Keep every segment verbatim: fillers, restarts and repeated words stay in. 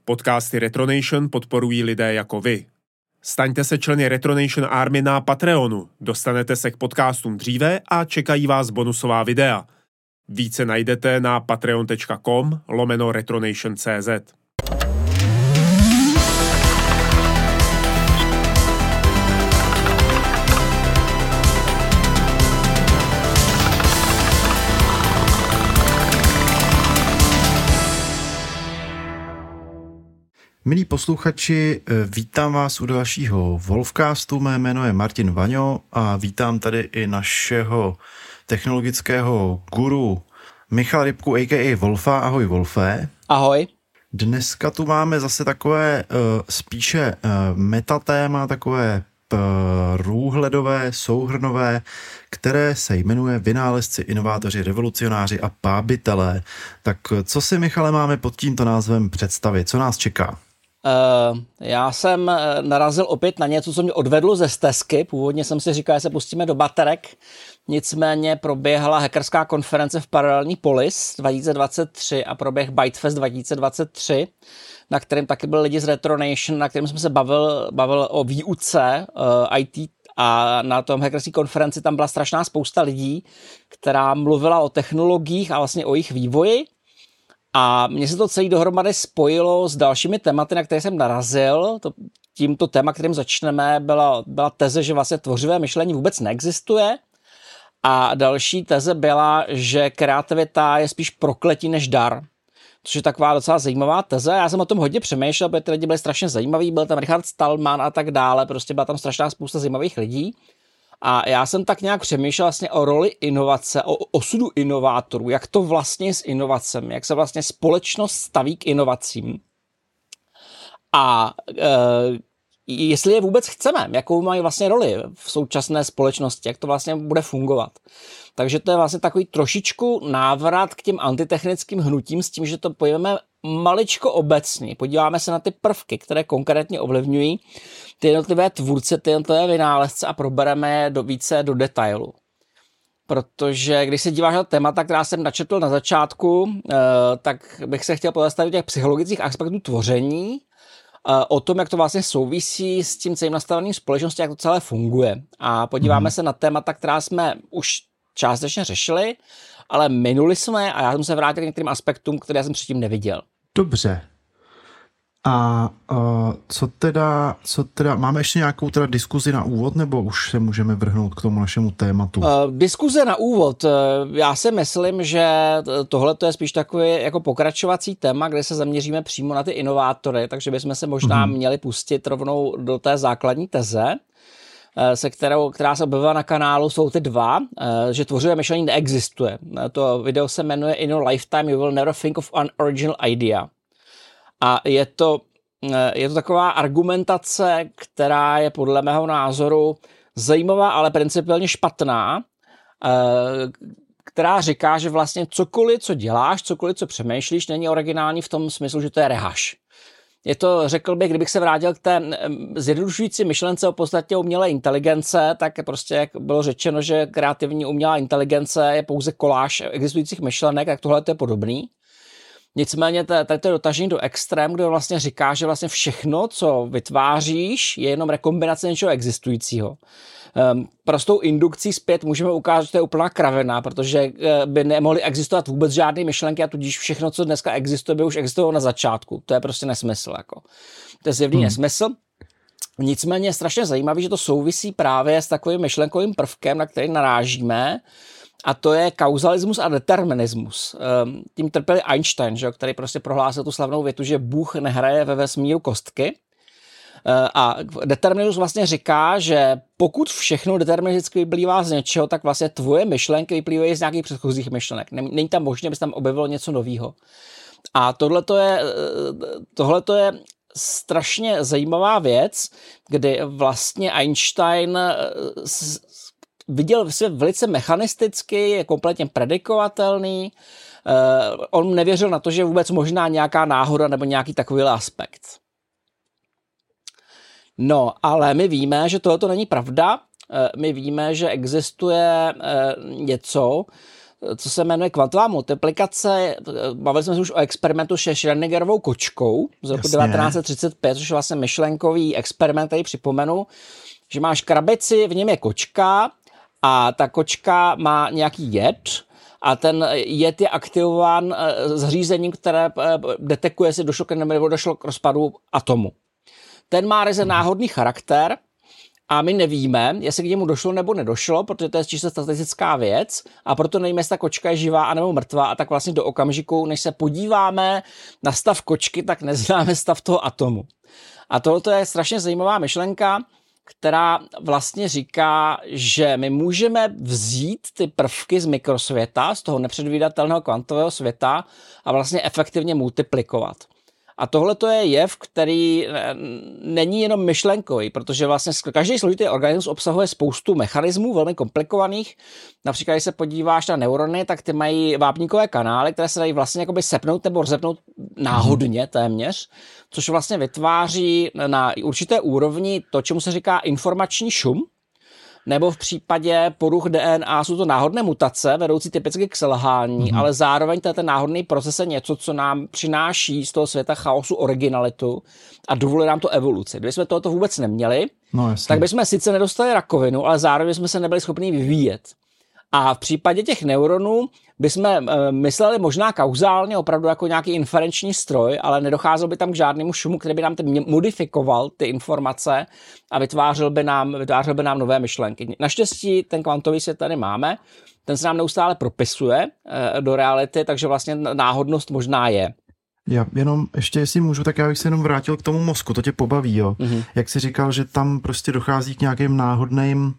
Podcasty Retronation podporují lidé jako vy. Staňte se členy Retronation Army na Patreonu, dostanete se k podcastům dříve a čekají vás bonusová videa. Více najdete na patreon.com lomeno retronation.cz. Milí posluchači, vítám vás u dalšího Wolfcastu, mé jméno je Martin Vaňo a vítám tady i našeho technologického guru Michala Rybku, a k a. Wolfa. Ahoj, Wolfe. Ahoj. Dneska tu máme zase takové uh, spíše uh, metatéma, takové průhledové, souhrnové, které se jmenuje Vynálezci, inovátoři, revolucionáři a pábitelé. Tak co si, Michale, máme pod tímto názvem představit? Co nás čeká? Uh, já jsem narazil opět na něco, co mě odvedlo ze stezky. Původně jsem si říkal, že se pustíme do baterek. Nicméně proběhla hackerská konference v Paralelní Polis dva tisíce dvacet tři a proběh Bytefest dva tisíce dvacet tři, na kterém taky byli lidi z Retronation, na kterém jsem se bavil, bavil o výuce uh, í té, a na tom hackerské konferenci tam byla strašná spousta lidí, která mluvila o technologiích a vlastně o jejich vývoji. A mně se to celé dohromady spojilo s dalšími tématy, na které jsem narazil. To, tímto téma, kterým začneme, byla, byla teze, že vlastně tvořivé myšlení vůbec neexistuje. A další teze byla, že kreativita je spíš prokletí než dar. Což je taková docela zajímavá teze. Já jsem o tom hodně přemýšlel, protože ty lidi byli strašně zajímaví. Byl tam Richard Stallman a tak dále. Prostě byla tam strašná spousta zajímavých lidí. A já jsem tak nějak přemýšlel vlastně o roli inovace, o osudu inovátorů, jak to vlastně s inovacemi, jak se vlastně společnost staví k inovacím. A e, jestli je vůbec chceme, jakou mají vlastně roli v současné společnosti, jak to vlastně bude fungovat. Takže to je vlastně takový trošičku návrat k těm antitechnickým hnutím s tím, že to pojmeme maličko obecně. Podíváme se na ty prvky, které konkrétně ovlivňují ty jednotlivé tvůrce, ty jednotlivé vynálezce a probereme je do více do detailu. Protože když se díváš na témata, která jsem načetl na začátku, tak bych se chtěl pozastavit těch psychologických aspektů tvoření, o tom, jak to vlastně souvisí s tím celým nastavením společnosti, jak to celé funguje. A podíváme hmm. se na témata, která jsme už částečně řešili, ale minuli jsme a já jsem se vrátil k některým aspektům, které jsem předtím neviděl. Dobře. A uh, co teda, co teda, máme ještě nějakou teda diskuzi na úvod, nebo už se můžeme vrhnout k tomu našemu tématu? Uh, diskuze na úvod. Já si myslím, že tohle to je spíš takový jako pokračovací téma, kde se zaměříme přímo na ty inovátory, takže bychom se možná uh-huh. měli pustit rovnou do té základní teze, se kterou, která se objevila na kanálu, jsou ty dva, že tvořivé myšlení neexistuje. To video se jmenuje In your lifetime you will never think of an original idea. A je to, je to taková argumentace, která je podle mého názoru zajímavá, ale principiálně špatná, která říká, že vlastně cokoliv, co děláš, cokoliv, co přemýšlíš, není originální v tom smyslu, že to je rehaš. Je to, řekl bych, kdybych se vrátil k té zjednodušující myšlence o podstatě umělé inteligence, tak prostě jak bylo řečeno, že kreativní umělá inteligence je pouze koláž existujících myšlenek, tak tohle to je podobný. Nicméně tady to je dotažení do extrém, kde vlastně říká, že vlastně všechno, co vytváříš, je jenom rekombinace něčeho existujícího. Um, prostou indukcí zpět můžeme ukázat, že to je úplná kravina, protože by nemohly existovat vůbec žádné myšlenky a tudíž všechno, co dneska existuje, by už existovalo na začátku. To je prostě nesmysl. Jako. To je zjevný hmm. nesmysl. Nicméně je strašně zajímavý, že to souvisí právě s takovým myšlenkovým prvkem, na který narážíme, a to je kauzalismus a determinismus. Um, tím trpěl Einstein, že, který prostě prohlásil tu slavnou větu, že Bůh nehraje ve vesmíru kostky. A determinismus vlastně říká, že pokud všechno deterministicky vyplývá z něčeho, tak vlastně tvoje myšlenky vyplývají z nějakých předchozích myšlenek. Není tam možné, aby se tam objevilo něco nového. A tohleto je, tohleto je strašně zajímavá věc, kdy vlastně Einstein viděl svět velice mechanisticky, je kompletně predikovatelný. On nevěřil na to, že je vůbec možná nějaká náhoda nebo nějaký takový aspekt. No, ale my víme, že tohle není pravda. My víme, že existuje něco, co se jmenuje kvantová multiplikace. Bavili jsme se už o experimentu se Schrödingerovou kočkou z roku Jasně. devatenáct set třicet pět, což je vlastně myšlenkový experiment, který připomenu, že máš krabici, v něm je kočka a ta kočka má nějaký jed a ten jed je aktivován zařízením, které detekuje, jestli došlo k, nebo došlo k rozpadu atomu. Ten má ryze náhodný charakter a my nevíme, jestli k němu došlo nebo nedošlo, protože to je čistě statistická věc a proto nevíme, jestli ta kočka je živá anebo mrtvá a tak vlastně do okamžiku, než se podíváme na stav kočky, tak neznáme stav toho atomu. A tohle je strašně zajímavá myšlenka, která vlastně říká, že my můžeme vzít ty prvky z mikrosvěta, z toho nepředvídatelného kvantového světa a vlastně efektivně multiplikovat. A tohle to je jev, který není jenom myšlenkový, protože vlastně každý složitý organismus obsahuje spoustu mechanismů velmi komplikovaných. Například, když se podíváš na neurony, tak ty mají vápníkové kanály, které se dají vlastně jakoby sepnout nebo rozepnout náhodně téměř, což vlastně vytváří na určité úrovni to, čemu se říká informační šum, nebo v případě poruch D N A jsou to náhodné mutace, vedoucí typicky k selhání, mm-hmm. ale zároveň ten náhodný proces je něco, co nám přináší z toho světa chaosu originalitu a dovoluje nám to evoluci. Kdybychom tohoto vůbec neměli, no, tak bychom sice nedostali rakovinu, ale zároveň jsme se nebyli schopni vyvíjet. A v případě těch neuronů bychom mysleli možná kauzálně, opravdu jako nějaký inferenční stroj, ale nedocházelo by tam k žádnému šumu, který by nám modifikoval ty informace a vytvářel by nám, vytvářel by nám nové myšlenky. Naštěstí ten kvantový svět tady máme, ten se nám neustále propisuje do reality, takže vlastně náhodnost možná je. Já jenom ještě, jestli můžu, tak já bych se jenom vrátil k tomu mozku, to tě pobaví, jo. Mm-hmm. Jak jsi říkal, že tam prostě dochází k nějakým náhodným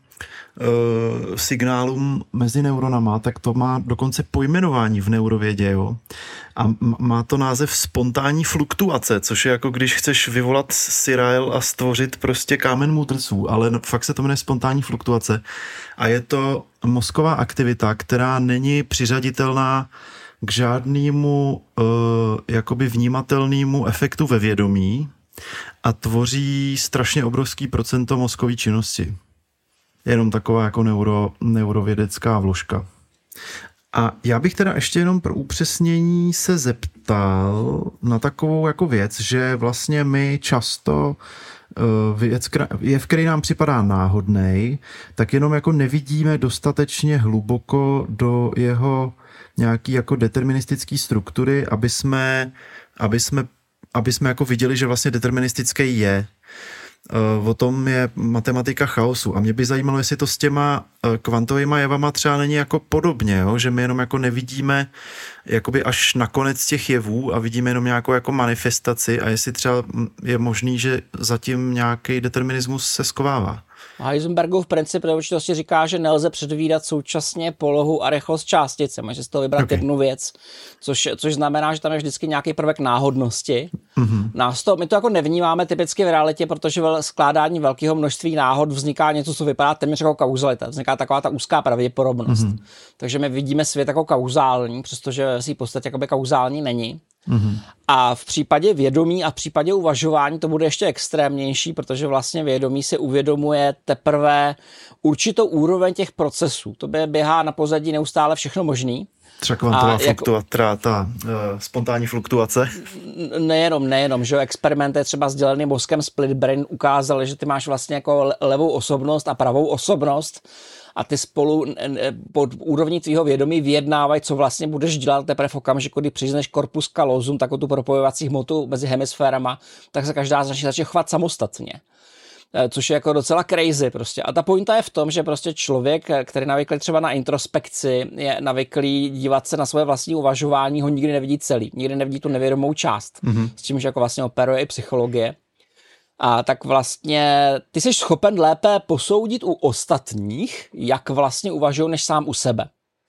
uh, signálům mezi neuronama, tak to má dokonce pojmenování v neurovědě, jo. A má to název spontánní fluktuace, což je jako když chceš vyvolat Sirael a stvořit prostě kámen mudrců, ale fakt se to jmenuje spontánní fluktuace. A je to mozková aktivita, která není přiřaditelná k žádnému uh, jakoby vnímatelnému efektu ve vědomí a tvoří strašně obrovský procento mozkové činnosti. Jenom taková jako neuro, neurovědecká vložka. A já bych teda ještě jenom pro upřesnění se zeptal na takovou jako věc, že vlastně my často uh, věc, jev, který nám připadá náhodnej, tak jenom jako nevidíme dostatečně hluboko do jeho nějaký jako deterministický struktury, aby jsme, aby jsme, aby jsme jako viděli, že vlastně deterministický je. O tom je matematika chaosu. A mě by zajímalo, jestli to s těma kvantovýma jevama třeba není jako podobně, jo? Že my jenom jako nevidíme jakoby až na konec těch jevů a vidíme jenom nějakou jako manifestaci a jestli třeba je možný, že zatím nějaký determinismus se skovává. Heisenbergův princip do určitosti říká, že nelze předvídat současně polohu a rychlost částice. Můžeš z toho vybrat okay. jednu věc, což, což znamená, že tam je vždycky nějaký prvek náhodnosti. Mm-hmm. Nás to, my to jako nevnímáme typicky v realitě, protože ve skládání velkého množství náhod vzniká něco, co vypadá téměř jako kauzalita. Vzniká taková ta úzká pravděpodobnost. Mm-hmm. Takže my vidíme svět jako kauzální, přestože v podstatě jakoby kauzální není. Mm-hmm. A v případě vědomí a v případě uvažování to bude ještě extrémnější, protože vlastně vědomí si uvědomuje teprve určitou úroveň těch procesů. To by běhá na pozadí neustále všechno možný. Třeba kvantová fluktuace, ta, ta uh, spontánní fluktuace. Nejenom, nejenom, že experimenty třeba s děleným mozkem Split Brain ukázaly, že ty máš vlastně jako levou osobnost a pravou osobnost a ty spolu pod úrovní tvýho vědomí vyjednávají, co vlastně budeš dělat teprve v okamžiku, kdy přizneš corpus callosum, takovou tu propojovací hmotu mezi hemisférama, tak se každá začne, začne chovat samostatně. Což je jako docela crazy prostě. A ta pointa je v tom, že prostě člověk, který navyklý třeba na introspekci, je navyklý dívat se na svoje vlastní uvažování, ho nikdy nevidí celý, nikdy nevidí tu nevědomou část, mm-hmm. s tím, že jako vlastně operuje i psychologie. A tak vlastně ty jsi schopen lépe posoudit u ostatních, jak vlastně uvažují, než sám u sebe.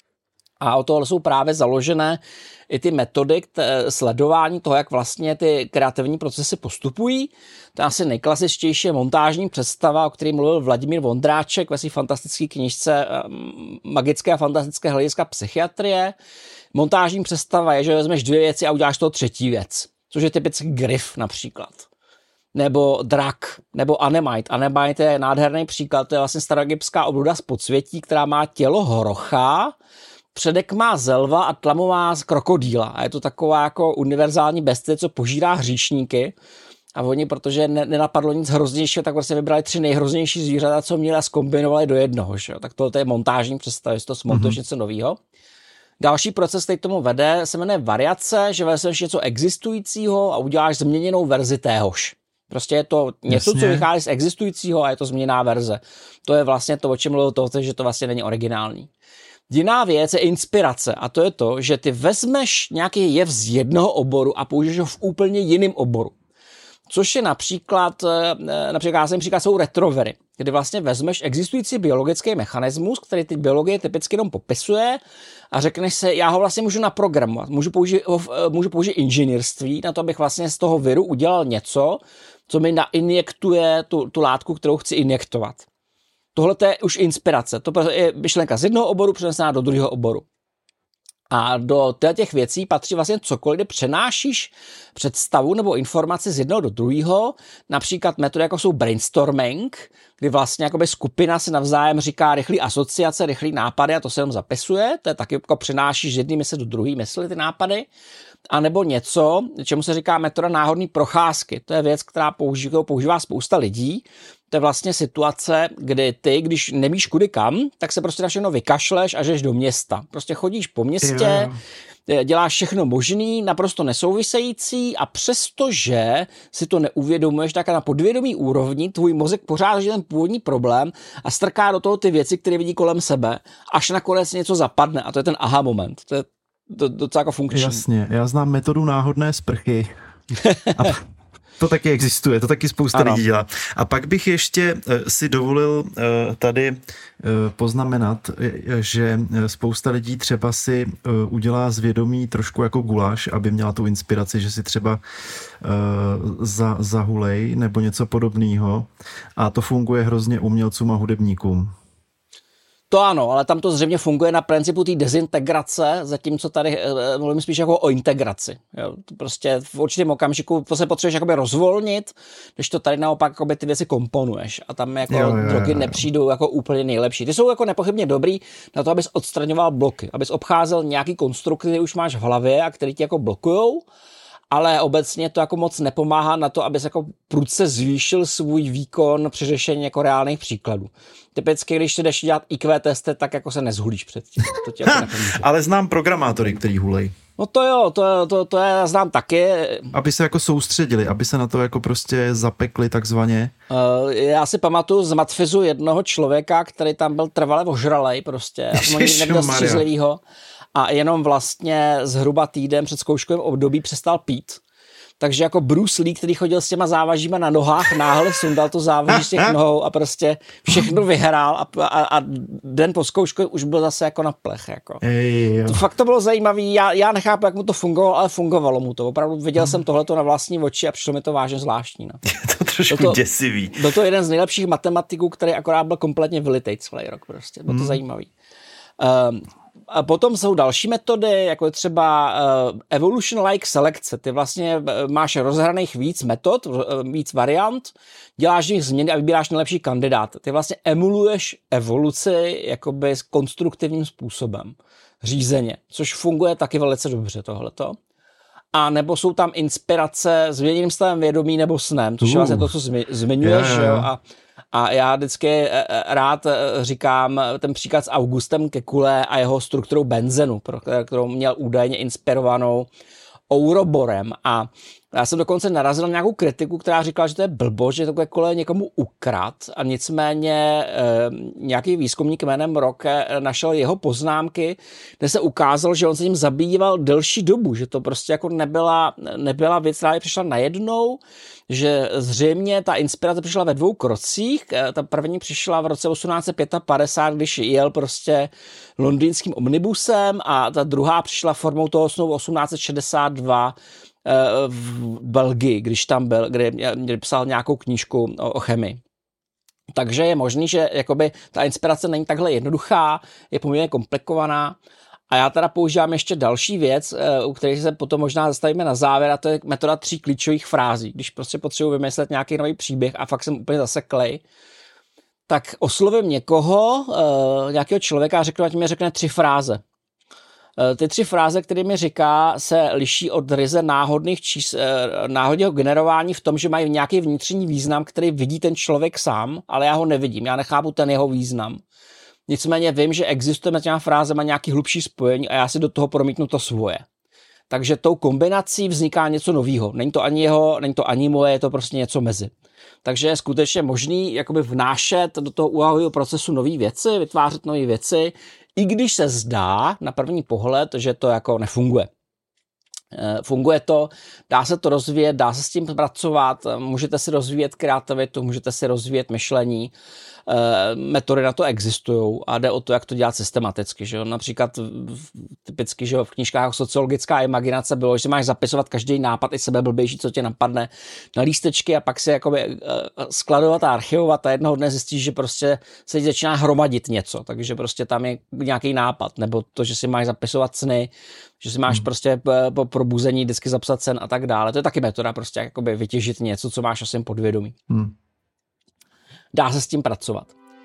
A o tohle jsou právě založené i ty metody sledování toho, jak vlastně ty kreativní procesy postupují. To je asi nejklasičtější je montážní představa, o které mluvil Vladimír Vondráček ve své fantastické knižce Magické a fantastické hlediska psychiatrie. Montážní představa je, že vezmeš dvě věci a uděláš toho třetí věc, což je typicky Griff například. Nebo drak, nebo anemite. Anemite je nádherný příklad, to je vlastně staroegyptská obluda z podsvětí, která má tělo hrocha předek má zelva a tlamu má z krokodýla. A je to taková jako univerzální bestie, co požírá hříšníky. A oni, protože ne, nenapadlo nic hroznějšího, tak prostě vybrali tři nejhroznější zvířata, co měli a zkombinovali do jednoho. Že? Tak tohle je montážní představa, že to smontuješ mm-hmm. něco novýho. Další proces, který tomu vede, se jmenuje variace, že vezmeš něco existujícího a uděláš změněnou verzi téhož. Prostě je to něco, Jasně. co vychází z existujícího a je to změněná verze. To je vlastně to, o čem mluvil toho, že to vlastně není originální. Jiná věc je inspirace a to je to, že ty vezmeš nějaký jev z jednoho oboru a použiješ ho v úplně jiném oboru. Což je například, například já jsem říkal, jsou retrovery, kdy vlastně vezmeš existující biologický mechanismus, který ty biologie typicky jenom popisuje a řekneš se, já ho vlastně můžu naprogramovat, můžu použít, můžu použít inženýrství na to, abych vlastně z toho viru udělal něco, co mi nainjektuje tu, tu látku, kterou chci injektovat. Tohle je už inspirace, to je myšlenka z jednoho oboru přenesená do druhého oboru. A do těch věcí patří vlastně cokoliv, kde přenášíš představu nebo informaci z jednoho do druhého, například metody, jako jsou brainstorming, kdy vlastně jakoby skupina si navzájem říká rychlý asociace, rychlý nápady a to se jenom zapisuje, to je taky jako přenášíš z jedné mysli do druhé mysli ty nápady, a nebo něco, čemu se říká metoda náhodné procházky. To je věc, která používá, používá spousta lidí. To je vlastně situace, kdy ty, když nevíš kudy kam, tak se prostě na všechno vykašleš a jdeš do města. Prostě chodíš po městě, jo. děláš všechno možný, naprosto nesouvisející a přestože si to neuvědomuješ, tak na podvědomí úrovni tvůj mozek pořád řeší ten původní problém a strká do toho ty věci, které vidí kolem sebe, až nakonec něco zapadne a to je ten aha moment. To je to, to docela jako funkční. Jasně, já znám metodu náhodné sprchy. A to taky existuje, to taky spousta ano. lidí dělá. A pak bych ještě si dovolil tady poznamenat, že spousta lidí třeba si udělá z vědomí trošku jako guláš, aby měla tu inspiraci, že si třeba za, zahulej nebo něco podobného. A to funguje hrozně umělcům a hudebníkům. To ano, ale tam to zřejmě funguje na principu té dezintegrace, zatímco tady e, mluvím spíš jako o integraci. Jo. Prostě v určitém okamžiku to se potřebuješ jakoby rozvolnit, když to tady naopak jakoby ty věci komponuješ a tam jako jo, jo, drogy jo, jo. nepřijdou jako úplně nejlepší. Ty jsou jako nepochybně dobrý na to, abys odstraňoval bloky, abys obcházel nějaký konstrukty, který už máš v hlavě a který ti jako blokujou, ale obecně to jako moc nepomáhá na to, abys jako prudce zvýšil svůj výkon při řešení jako reálných příkladů. Typicky, když si jdeš dělat í kvé testy, tak jako se nezhulíš předtím. To ti jako ale znám programátory, který hulej. No to jo, to, to, to já znám taky. Aby se jako soustředili, aby se na to jako prostě zapekli takzvaně. Uh, já si pamatuju z matfizu jednoho člověka, který tam byl trvale ožralej prostě. A neměl střízlivýho. A jenom vlastně zhruba týden před zkouškovým období přestal pít. Takže jako Bruce Lee, který chodil s těma závažíma na nohách, náhle sundal to závaží z těch nohou a prostě všechno vyhrál a, a, a den po zkouškově už byl zase jako na plech. Jako. Ej, to fakt to bylo zajímavý, já, já nechápu, jak mu to fungovalo, ale fungovalo mu to. Opravdu viděl jsem tohleto na vlastní oči a přišlo mi to vážně zvláštní. No. Je to trošku to, děsivý. Byl to jeden z nejlepších matematiků, který akorát byl kompletně vylitej celý rok prostě. Bylo to hmm. zajímavý. Um, A potom jsou další metody, jako je třeba uh, evolution-like selekce. Ty vlastně uh, máš rozhraných víc metod, uh, víc variant, děláš z nich změny a vybíráš nejlepší kandidát. Ty vlastně emuluješ evoluci jakoby s konstruktivním způsobem, řízeně, což funguje taky velice dobře tohleto. A nebo jsou tam inspirace změněným stavem vědomí nebo snem, což je vlastně to, co zmi- zmiňuješ, yeah, yeah. jo, a A já vždycky rád říkám ten příklad s Augustem Kekulé a jeho strukturou benzenu, kterou měl údajně inspirovanou Ouroborem. A já jsem dokonce narazil na nějakou kritiku, která říkala, že to je blbost, že to Kekulé někomu ukrad a nicméně eh, nějaký výzkumník jménem Roke našel jeho poznámky, kde se ukázalo, že on se tím zabýval delší dobu, že to prostě jako nebyla, nebyla věc, která by přišla najednou, že zřejmě ta inspirace přišla ve dvou krocích. Ta první přišla v roce osmnáct set padesát pět, když jel prostě londýnským omnibusem a ta druhá přišla formou toho snu osmnáct set šedesát dva v Belgii, když tam byl, kde, kde psal nějakou knížku o, o chemii. Takže je možný, že jakoby ta inspirace není takhle jednoduchá, je poměrně komplikovaná. A já teda používám ještě další věc, u které se potom možná zastavíme na závěr, a to je metoda tří klíčových frází. Když prostě potřebuji vymyslet nějaký nový příběh a fakt jsem úplně zaseklej, tak oslovím někoho, nějakého člověka a řeknu, ať mi řekne tři fráze. Ty tři fráze, které mi říká, se liší od ryze náhodných čís, náhodného generování v tom, že mají nějaký vnitřní význam, který vidí ten člověk sám, ale já ho nevidím, já nechápu ten jeho význam. Nicméně vím, že existuje mezi těma frázema nějaký hlubší spojení a já si do toho promítnu to svoje. Takže tou kombinací vzniká něco novýho. Není to ani jeho, není to ani moje, je to prostě něco mezi. Takže je skutečně možný jakoby vnášet do toho úvahového procesu nové věci, vytvářet nové věci, i když se zdá na první pohled, že to jako nefunguje. Funguje to, dá se to rozvíjet, dá se s tím pracovat, můžete si rozvíjet kreativitu, můžete si rozvíjet myšlení, metody na to existují a jde o to, jak to dělat systematicky. Že jo? Například typicky, že jo, v knížkách sociologická imaginace bylo, že si máš zapisovat každý nápad i sebeblbější, co tě napadne na lístečky a pak si jakoby skladovat a archivovat a jednoho dne zjistíš, že prostě se začíná hromadit něco, takže prostě tam je nějaký nápad, nebo to, že si máš zapisovat sny, že si máš hmm. prostě po probuzení vždycky zapsat sen a tak dále. To je taky metoda prostě jakoby vytěžit něco, co máš asi podvědomí. Hmm. Dá se s tím pracovat.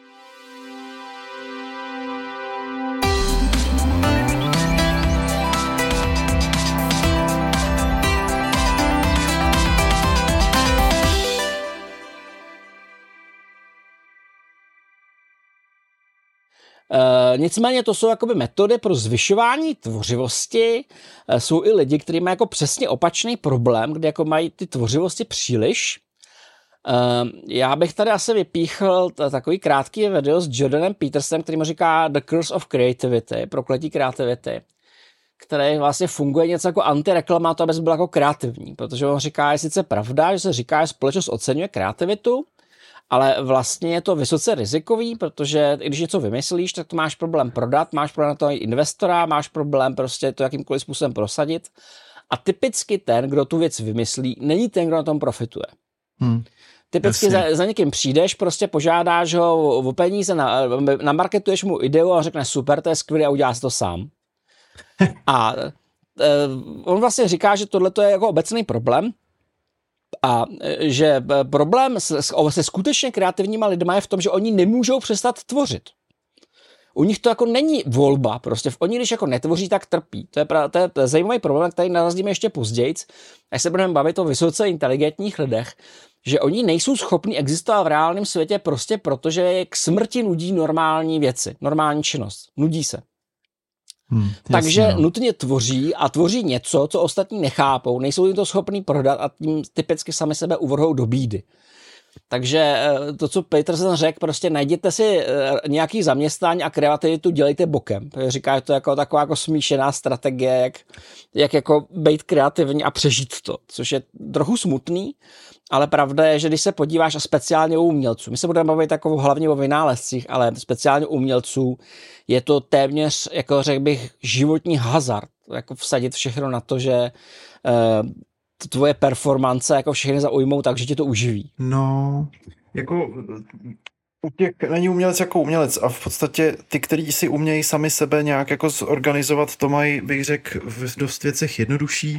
E, nicméně to jsou jakoby metody pro zvyšování tvořivosti. E, jsou i lidi, kteří mají jako přesně opačný problém, kde jako mají ty tvořivosti příliš. Uh, já bych tady asi vypíchl t- takový krátký video s Jordanem Petersem, který mu říká The Curse of Creativity, prokletí kreativity, který vlastně funguje něco jako antireklama, to aby byl jako kreativní, protože on říká, je sice pravda, že se říká, že společnost oceňuje kreativitu, ale vlastně je to vysoce rizikový, protože když něco vymyslíš, tak to máš problém prodat, máš problém na to investora, máš problém prostě to jakýmkoliv způsobem prosadit a typicky ten, kdo tu věc vymyslí, není ten, kdo na tom profituje. Hmm. Typicky za, za někým přijdeš, prostě požádáš ho o peníze, na, namarketuješ mu ideu a řekne super, to je skvělé a uděláš to sám. A e, on vlastně říká, že tohle je jako obecný problém a e, že problém se, se skutečně kreativníma lidma je v tom, že oni nemůžou přestat tvořit. U nich to jako není volba, prostě oni když jako netvoří, tak trpí. To je, pra, to je, to je zajímavý problém, který narazíme ještě později, až se budeme bavit o vysoce inteligentních lidech, že oni nejsou schopni existovat v reálném světě prostě proto, že je k smrti nudí normální věci, normální činnost. Nudí se. Hmm, Takže jasně, no. nutně tvoří a tvoří něco, co ostatní nechápou, nejsou jim to schopní prodat a tím typicky sami sebe uvrhou do bídy. Takže to, co Peterson řekl, prostě najděte si nějaký zaměstnání a kreativitu dělejte bokem. Říká, že to je jako taková jako smíšená strategie, jak, jak jako být kreativní a přežít to, což je trochu smutný, ale pravda je, že když se podíváš a speciálně u umělců, my se budeme bavit jako hlavně o vynálezcích, ale speciálně u umělců je to téměř, jako řekl bych, životní hazard, jako vsadit všechno na to, že eh, tvoje performance jako všechny zaujmou tak, že tě to uživí. No, jako u těch není umělec jako umělec a v podstatě ty, kteří si umějí sami sebe nějak jako zorganizovat, to mají, bych řekl, v dost věcech jednodušší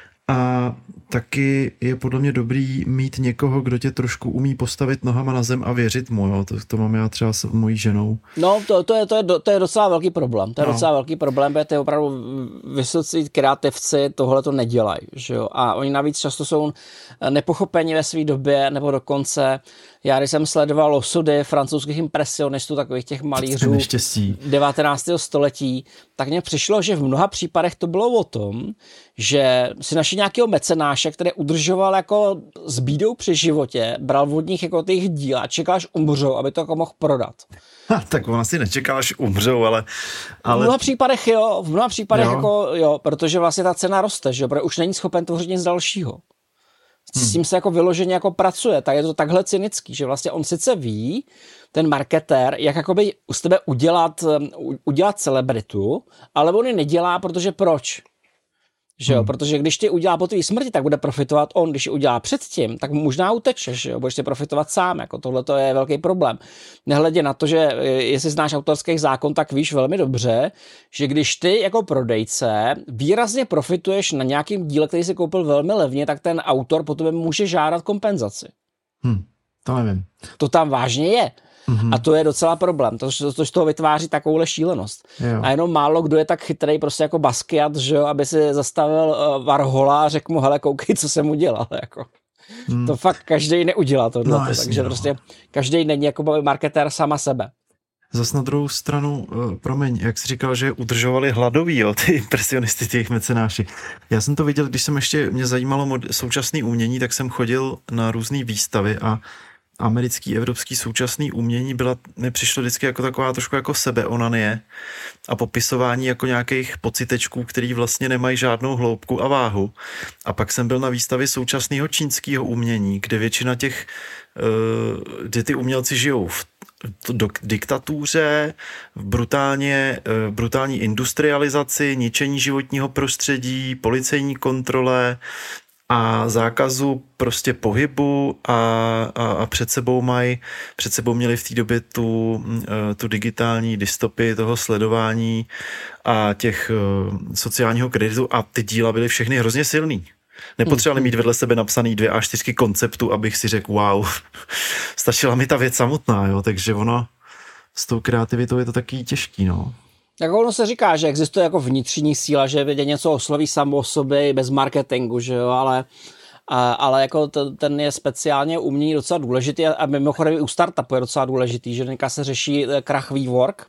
a taky je podle mě dobrý mít někoho, kdo tě trošku umí postavit nohama na zem a věřit mu, jo. To, to mám já třeba s mojí ženou. No, to, to, je, to, je, to je docela velký problém. To je no. docela velký problém, protože ty opravdu vysocí kreativci tohle to nedělají, že jo. A oni navíc často jsou nepochopeni ve své době, nebo dokonce, já když jsem sledoval osudy francouzských impresionistů, takových těch malířů devatenáctého století, tak mně přišlo, že v mnoha případech to bylo o tom, že si našli nějakého mecenáše, který udržoval jako s bídou při životě, bral od nich jako těch díl a čekal, až umřou, aby to jako mohl prodat. Ha, tak on asi nečekal, až umřou, ale, ale... V mnoha případech jo, v mnoha případech jo. jako jo, protože vlastně ta cena roste, že jo, protože už není schopen tvořit nic dalšího. S tím se jako vyloženě jako pracuje, tak je to takhle cynický, že vlastně on sice ví, ten marketér, jak jakoby z tebe udělat, udělat celebritu, ale on ji nedělá, protože proč? Že jo, hmm. protože když ty udělá po tvý smrti, tak bude profitovat on, když ji udělá předtím, tak možná utečeš, že jo, budeš ty profitovat sám, jako tohle to je velký problém. Nehledě na to, že jestli znáš autorský zákon, tak víš velmi dobře, že když ty jako prodejce výrazně profituješ na nějakým díle, který si koupil velmi levně, tak ten autor po tobě může žádat kompenzaci. Hmm, to nevím. To tam vážně je. Mm-hmm. A to je docela problém, to, to, to z toho vytváří takovouhle šílenost. Jo. A jenom málo kdo je tak chytrý prostě jako Basquiat, že jo, aby si zastavil uh, Warhola a řekl mu, hele, koukej, co jsem udělal, jako. Hmm. To fakt každej neudělá tohle, no, takže no. prostě každej není jako marketér sama sebe. Zas na druhou stranu, uh, promiň, jak jsi říkal, že udržovali hladový, jo, ty impresionisty, ty jejich mecenáši. Já jsem to viděl, když jsem ještě, mě zajímalo mod- současné umění, tak jsem chodil na různé výstavy a americký, evropský současný umění byla, mi přišlo vždycky jako taková trošku jako sebeonanie a popisování jako nějakých pocitečků, který vlastně nemají žádnou hloubku a váhu. A pak jsem byl na výstavě současného čínského umění, kde většina těch, kde ty umělci žijou v do diktatuře, v brutálně, brutální industrializaci, ničení životního prostředí, policejní kontrole a zákazu prostě pohybu a, a, a před sebou mají, před sebou měli v té době tu, tu digitální dystopii toho sledování a těch sociálního kreditu a ty díla byly všechny hrozně silný. Nepotřebovali mít vedle sebe napsaný dvě A čtyři konceptu, abych si řekl wow, stačila mi ta věc samotná, jo, takže ono s tou kreativitou je to taky těžký, no. Tak ono se říká, že existuje jako vnitřní síla, že vědě něco osloví samo o sobě bez marketingu, že jo, ale, a, ale jako t, ten je speciálně umění docela důležitý a mimochodem i u startupu je docela důležitý, že dneska se řeší krach WeWork.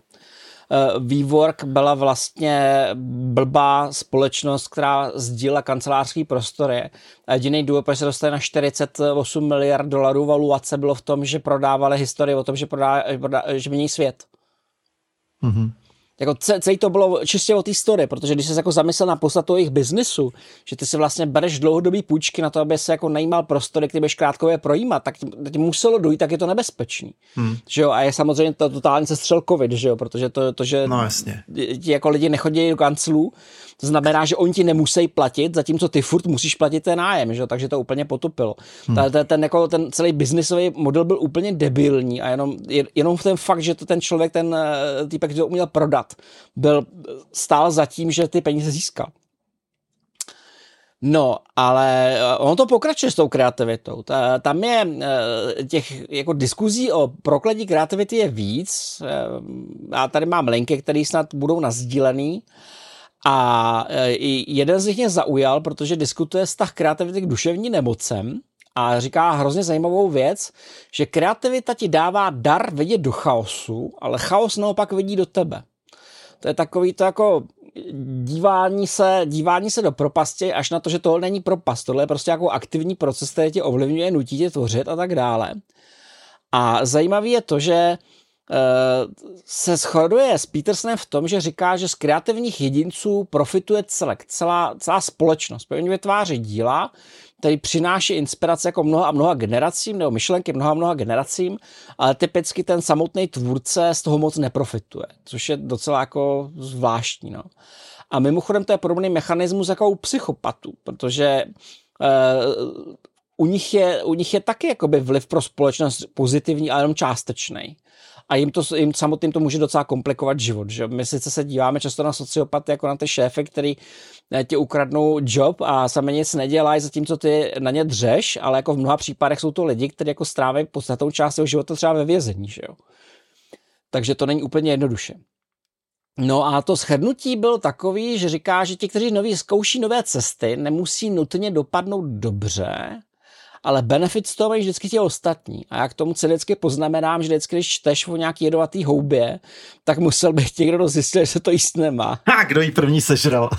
WeWork byla vlastně blbá společnost, která sdílela kancelářský prostory. A jediný důvod, proč se dostali na čtyřicet osm miliard dolarů valuace, bylo v tom, že prodávali historii o tom, že, prodá, že mění svět. Mm-hmm. Jako celý to bylo čistě o té story, protože když jsi jako zamyslel na podstatu jejich biznisu, že ty si vlastně bereš dlouhodobý půjčky na to, aby se jako najímal prostory, který budeš krátkově projímat, tak ti muselo dojít, tak je to nebezpečný. Hmm. Že jo? A je samozřejmě to totálně sestřel covid, že jo? Protože to, to že no, jasně. ti jako lidi nechodí do kanclů, to znamená, že oni ti nemusí platit, zatímco ty furt musíš platit ten nájem, že jo? Takže to úplně potopilo. Hmm. Ten, ten, jako, ten celý biznisový model byl úplně debilní a jenom, jenom v ten fakt, že to ten člověk, ten týpek, to uměl prodat, byl stál za tím, že ty peníze získal. No, ale ono to pokračuje s tou kreativitou. Tam je těch jako diskuzí o prokletí kreativity je víc. Já tady mám linky, které snad budou nasdílený. A jeden z nich mě zaujal, protože diskutuje vztah kreativity k duševní nemocem a říká hrozně zajímavou věc, že kreativita ti dává dar vidět do chaosu, ale chaos naopak vidí do tebe. To je takový to jako dívání se, dívání se do propasti až na to, že tohle není propast. Tohle je prostě jako aktivní proces, který tě ovlivňuje, nutí tě tvořit a tak dále. A zajímavý je to, že se shoduje s Petersonem v tom, že říká, že z kreativních jedinců profituje celek, celá, celá společnost. Oni vytváří díla, který přináší inspirace jako mnoha a mnoha generacím, nebo myšlenky mnoha a mnoha generacím, ale typicky ten samotný tvůrce z toho moc neprofituje, což je docela jako zvláštní. No. A mimochodem to je podobný mechanismus jako u psychopatů, protože uh, u nich je, u nich je taky jakoby vliv pro společnost pozitivní, ale jenom částečný. A jim, to, jim samotným to může docela komplikovat život. Že? My sice se díváme často na sociopaty jako na ty šéfy, který ti ukradnou job a sami nic nedělají, zatímco ty na ně dřeš, ale jako v mnoha případech jsou to lidi, kteří jako strávají podstatnou část svého života třeba ve vězení. Že jo? Takže to není úplně jednoduše. No a to shrnutí bylo takový, že říká, že ti, kteří noví zkouší nové cesty, nemusí nutně dopadnout dobře, ale benefit z toho mají vždycky ti ostatní. A já k tomu se vždycky poznamenám, že vždycky, když čteš o nějaký jedovatý houbě, tak musel bych někdo zjistit, že se to jíst nemá. A kdo jí první sežral?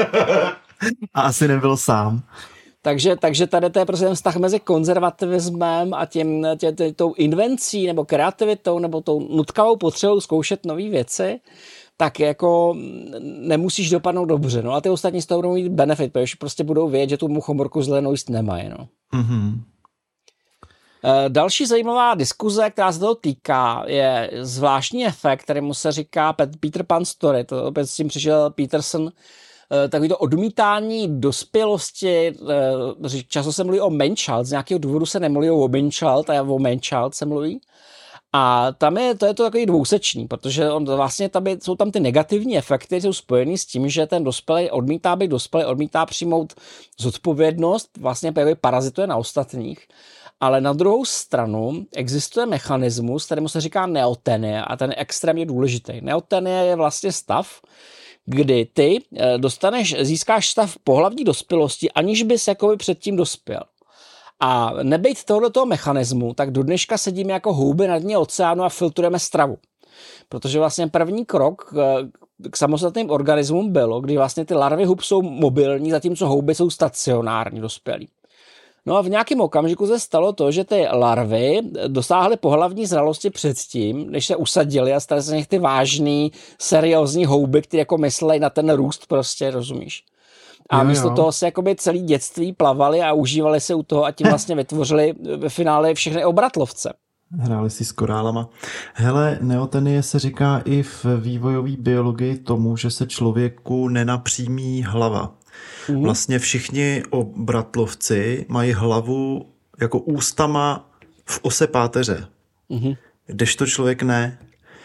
A asi nebyl sám. Takže, takže tady to je prostě ten vztah mezi konzervativismem a tím, tě, tě, tou invencí nebo kreativitou nebo tou nutkavou potřebou zkoušet nové věci, tak jako nemusíš dopadnout dobře. No a ty ostatní z toho budou mít benefit, protože prostě budou vědět, že tu muchomorku zelenou jíst nemají. No. Mm-hmm. Další zajímavá diskuze, která se toho týká, je zvláštní efekt, kterému se říká Peter Pan story. To opět s tím přišel Peterson. Takový to odmítání dospělosti, často se mluví o man-child, z nějakého důvodu se nemluví o woman-child, a o man-child se mluví. A tam je, to je to takový dvousečný, protože on vlastně tam je, jsou tam ty negativní efekty, které jsou spojený s tím, že ten dospělý odmítá být dospělý, odmítá přijmout zodpovědnost, vlastně parazituje na ostatních. Ale na druhou stranu existuje mechanismus, kterému se říká neotenie a ten je extrémně důležitý. Neotenie je vlastně stav, kdy ty dostaneš, získáš stav pohlavní dospělosti, aniž bys jakoby předtím dospěl. A nebejt tohoto mechanismu, tak do dneška sedíme jako houby na dně oceánu a filtrujeme stravu. Protože vlastně první krok k samostatným organismům bylo, kdy vlastně ty larvy hub jsou mobilní, zatímco houby jsou stacionární dospělí. No a v nějakém okamžiku se stalo to, že ty larvy dosáhly pohlavní zralosti předtím, než se usadily a staly se z nich ty vážný, seriózní houby, které jako myslejí na ten růst prostě, rozumíš? A jo, místo jo. toho se jakoby celý dětství plavali a užívali se u toho a tím vlastně vytvořili ve finále všechny obratlovce. Hráli si s korálama. Hele, neotenie se říká i v vývojové biologii tomu, že se člověku nenapřímí hlava. Mm. Vlastně všichni obratlovci mají hlavu jako ústama v ose páteře. Mm. Kdežto člověk ne.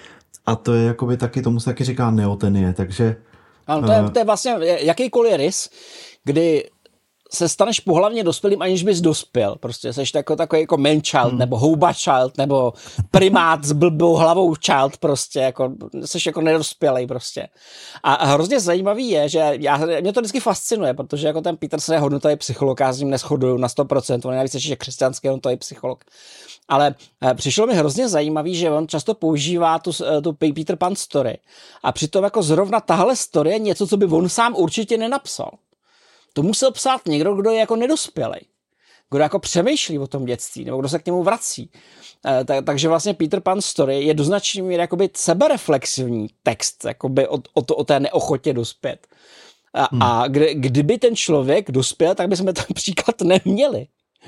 A to je jakoby taky, tomu se taky říká neotenie, takže ano, to, je, to je vlastně jakýkoliv rys, kdy se staneš pohlavně dospělým, aniž bys dospěl. Prostě seš tako, takový jako man child, hmm. nebo houba child, nebo primát s blbou hlavou child, prostě, jako, seš jako nedospělej prostě. A, a hrozně zajímavý je, že já, mě to vždycky fascinuje, protože jako ten Peterson je hodnotový psycholog, já s ním neshoduju na sto procent, on je navíc ještě křesťanský hodnotový psycholog. Ale přišlo mi hrozně zajímavý, že on často používá tu, tu Peter Pan story a přitom jako zrovna tahle story je něco, co by on sám určitě nenapsal. To musel psát někdo, kdo je jako nedospělej, kdo jako přemýšlí o tom dětství, nebo kdo se k němu vrací. E, tak, takže vlastně Peter Pan story je do značné míry jakoby sebereflexivní text jakoby o, o, to, o té neochotě dospět. A, hmm. a kdy, kdyby ten člověk dospěl, tak bychom ten příklad neměli.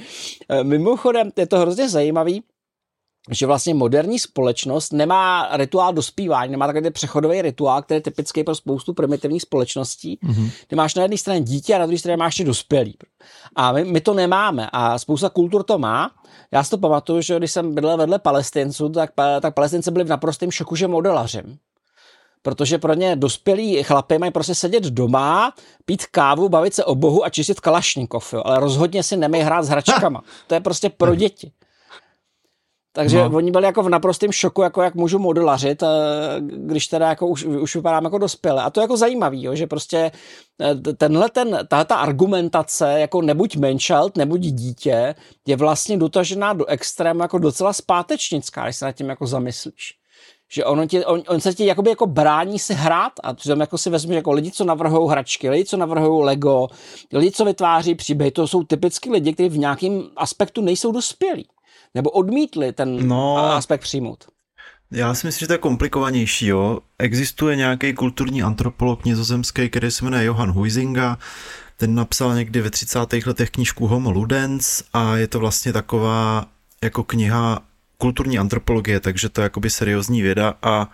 E, mimochodem, je to hrozně zajímavý, že vlastně moderní společnost nemá rituál dospívání, nemá takový přechodový rituál, který je typický pro spoustu primitivních společností. Mm-hmm. Ty máš na jedné straně dítě a na druhé straně máš ještě dospělý. A my, my to nemáme a spousta kultur to má. Já si to pamatuju, že když jsem bydlel vedle Palestinců, tak, tak Palestinci byli v naprostém šoku, že modelařím. Protože pro ně dospělí chlapy mají prostě sedět doma, pít kávu, bavit se o Bohu a čistit kalašnikov, jo. Ale rozhodně si nemají hrát s hračkama. To je prostě pro děti. Takže no. Oni byli jako v naprostém šoku, jako jak můžu modelařit, když teda jako už, už vypadám jako dospělé. A to je jako zajímavý, jo, že prostě tenhle ten, tato argumentace, jako nebuď man child, nebuď dítě, je vlastně dotažená do extrému jako docela zpátečnická, když se nad tím jako zamyslíš. Že on, tě, on, on se ti jakoby jako brání si hrát a přitom jako si vezmeš jako lidi, co navrhují hračky, lidi, co navrhují Lego, lidi, co vytváří příběhy, to jsou typicky lidi, kteří v nějakém aspektu nejsou dospělí. Nebo odmítli ten no, aspekt přijmout. Já si myslím, že to je komplikovanější. Jo. Existuje nějaký kulturní antropolog nizozemský, který se jmenuje Johan Huizinga. Ten napsal někdy ve třicátých letech knížku Homo Ludens a je to vlastně taková jako kniha kulturní antropologie, takže to je jakoby seriózní věda a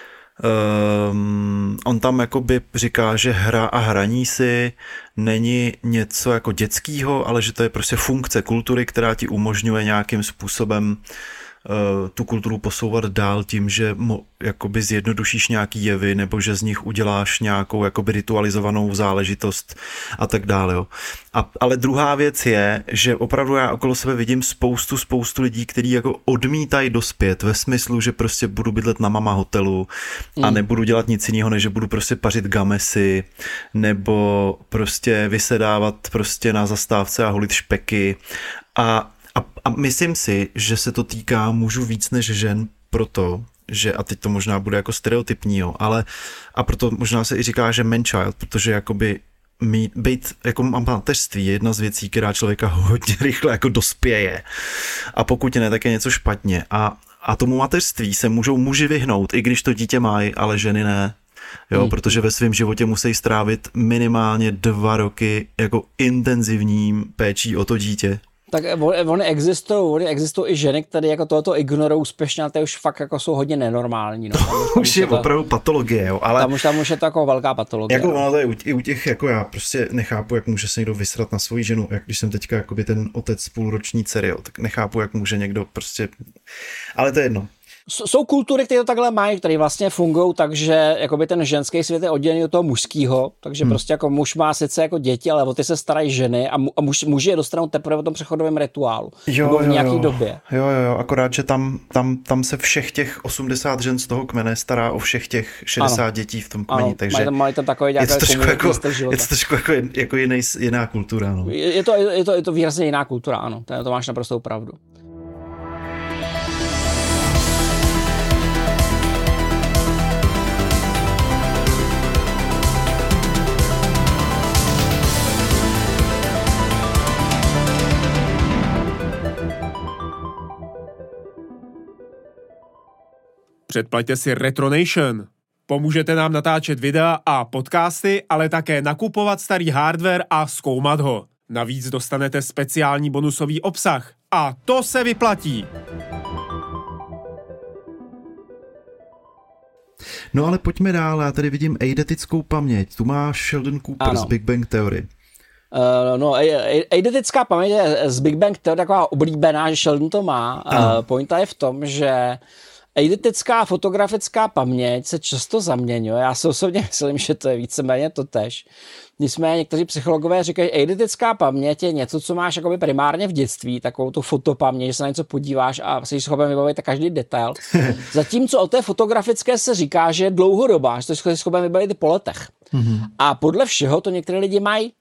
Um, on tam jakoby říká, že hra a hraní si není něco jako dětskýho, ale že to je prostě funkce kultury, která ti umožňuje nějakým způsobem uh, tu kulturu posouvat dál tím, že mo, jakoby zjednodušíš nějaký jevy nebo že z nich uděláš nějakou jakoby ritualizovanou záležitost a tak dále. Jo. A, ale druhá věc je, že opravdu já okolo sebe vidím spoustu, spoustu lidí, kteří jako odmítají dospět ve smyslu, že prostě budu bydlet na mama hotelu a mm. nebudu dělat nic jiného, než že budu prostě pařit gamesy nebo prostě vysedávat prostě na zastávce a holit špeky a A, a myslím si, že se to týká mužů víc než žen proto, že, a teď to možná bude jako stereotypní, jo, ale a proto možná se i říká, že man child, protože jakoby mít, být jako mateřství je jedna z věcí, která člověka hodně rychle jako dospěje a pokud ne, tak je něco špatně a, a tomu mateřství se můžou muži vyhnout, i když to dítě mají, ale ženy ne. Jo, hmm. protože ve svém životě musí strávit minimálně dva roky jako intenzivním péčí o to dítě. Tak oni existují, oni existují i ženy, které jako tohoto ignorují úspěšně, ale ty už fakt jako jsou hodně nenormální. No. To tam už je to, opravdu patologie, jo. Ale tam už, tam už je to jako velká patologie. Jako ono to je i u těch, jako já prostě nechápu, jak může se někdo vysrat na svoji ženu, jak když jsem teďka jakoby ten otec půlroční dcery, jo, tak nechápu, jak může někdo prostě, ale to je jedno. jsou kultury, které to takhle mají, které vlastně fungují tak, že jakoby ten ženský svět je oddělený od toho mužského, takže hmm. prostě jako muž má sice jako děti, ale o ty se starají ženy a, mu, a muž, muži je dostanou teprve v tom přechodovém rituálu. Jo, nebo v jo, nějaký jo. době. Jo, jo, jo, akorát, že tam, tam, tam se všech těch osmdesát žen z toho kmene stará o všech těch šedesát ano. dětí v tom kmeni, ano, takže mají tam, mají tam takový je to trošku jako, je to trošku jako, jako jiný, jiná kultura. No. Je, je, to, je, to, je to výrazně jiná kultura, ano, to, to máš naprostou pravdu. Předplaťte si Retronation. Pomůžete nám natáčet videa a podcasty, ale také nakupovat starý hardware a zkoumat ho. Navíc dostanete speciální bonusový obsah. A to se vyplatí. No ale pojďme dál, já tady vidím eidetickou paměť. Tu má Sheldon Cooper ano. z Big Bang Theory. Uh, no, eidetická paměť je z Big Bang Theory taková oblíbená, že Sheldon to má. Uh, pointa je v tom, že eidetická fotografická paměť se často zaměňuje. Já si osobně myslím, že to je víceméně totéž. Nicméně někteří psychologové říkají, eidetická paměť je něco, co máš jakoby primárně v dětství, takovou tu fotopaměť, že se na něco podíváš a jsi schopen vybavit každý detail. Zatímco o té fotografické se říká, že je dlouhodobá, že jsi schopen vybavit po letech. Mm-hmm. A podle všeho to některé lidi mají.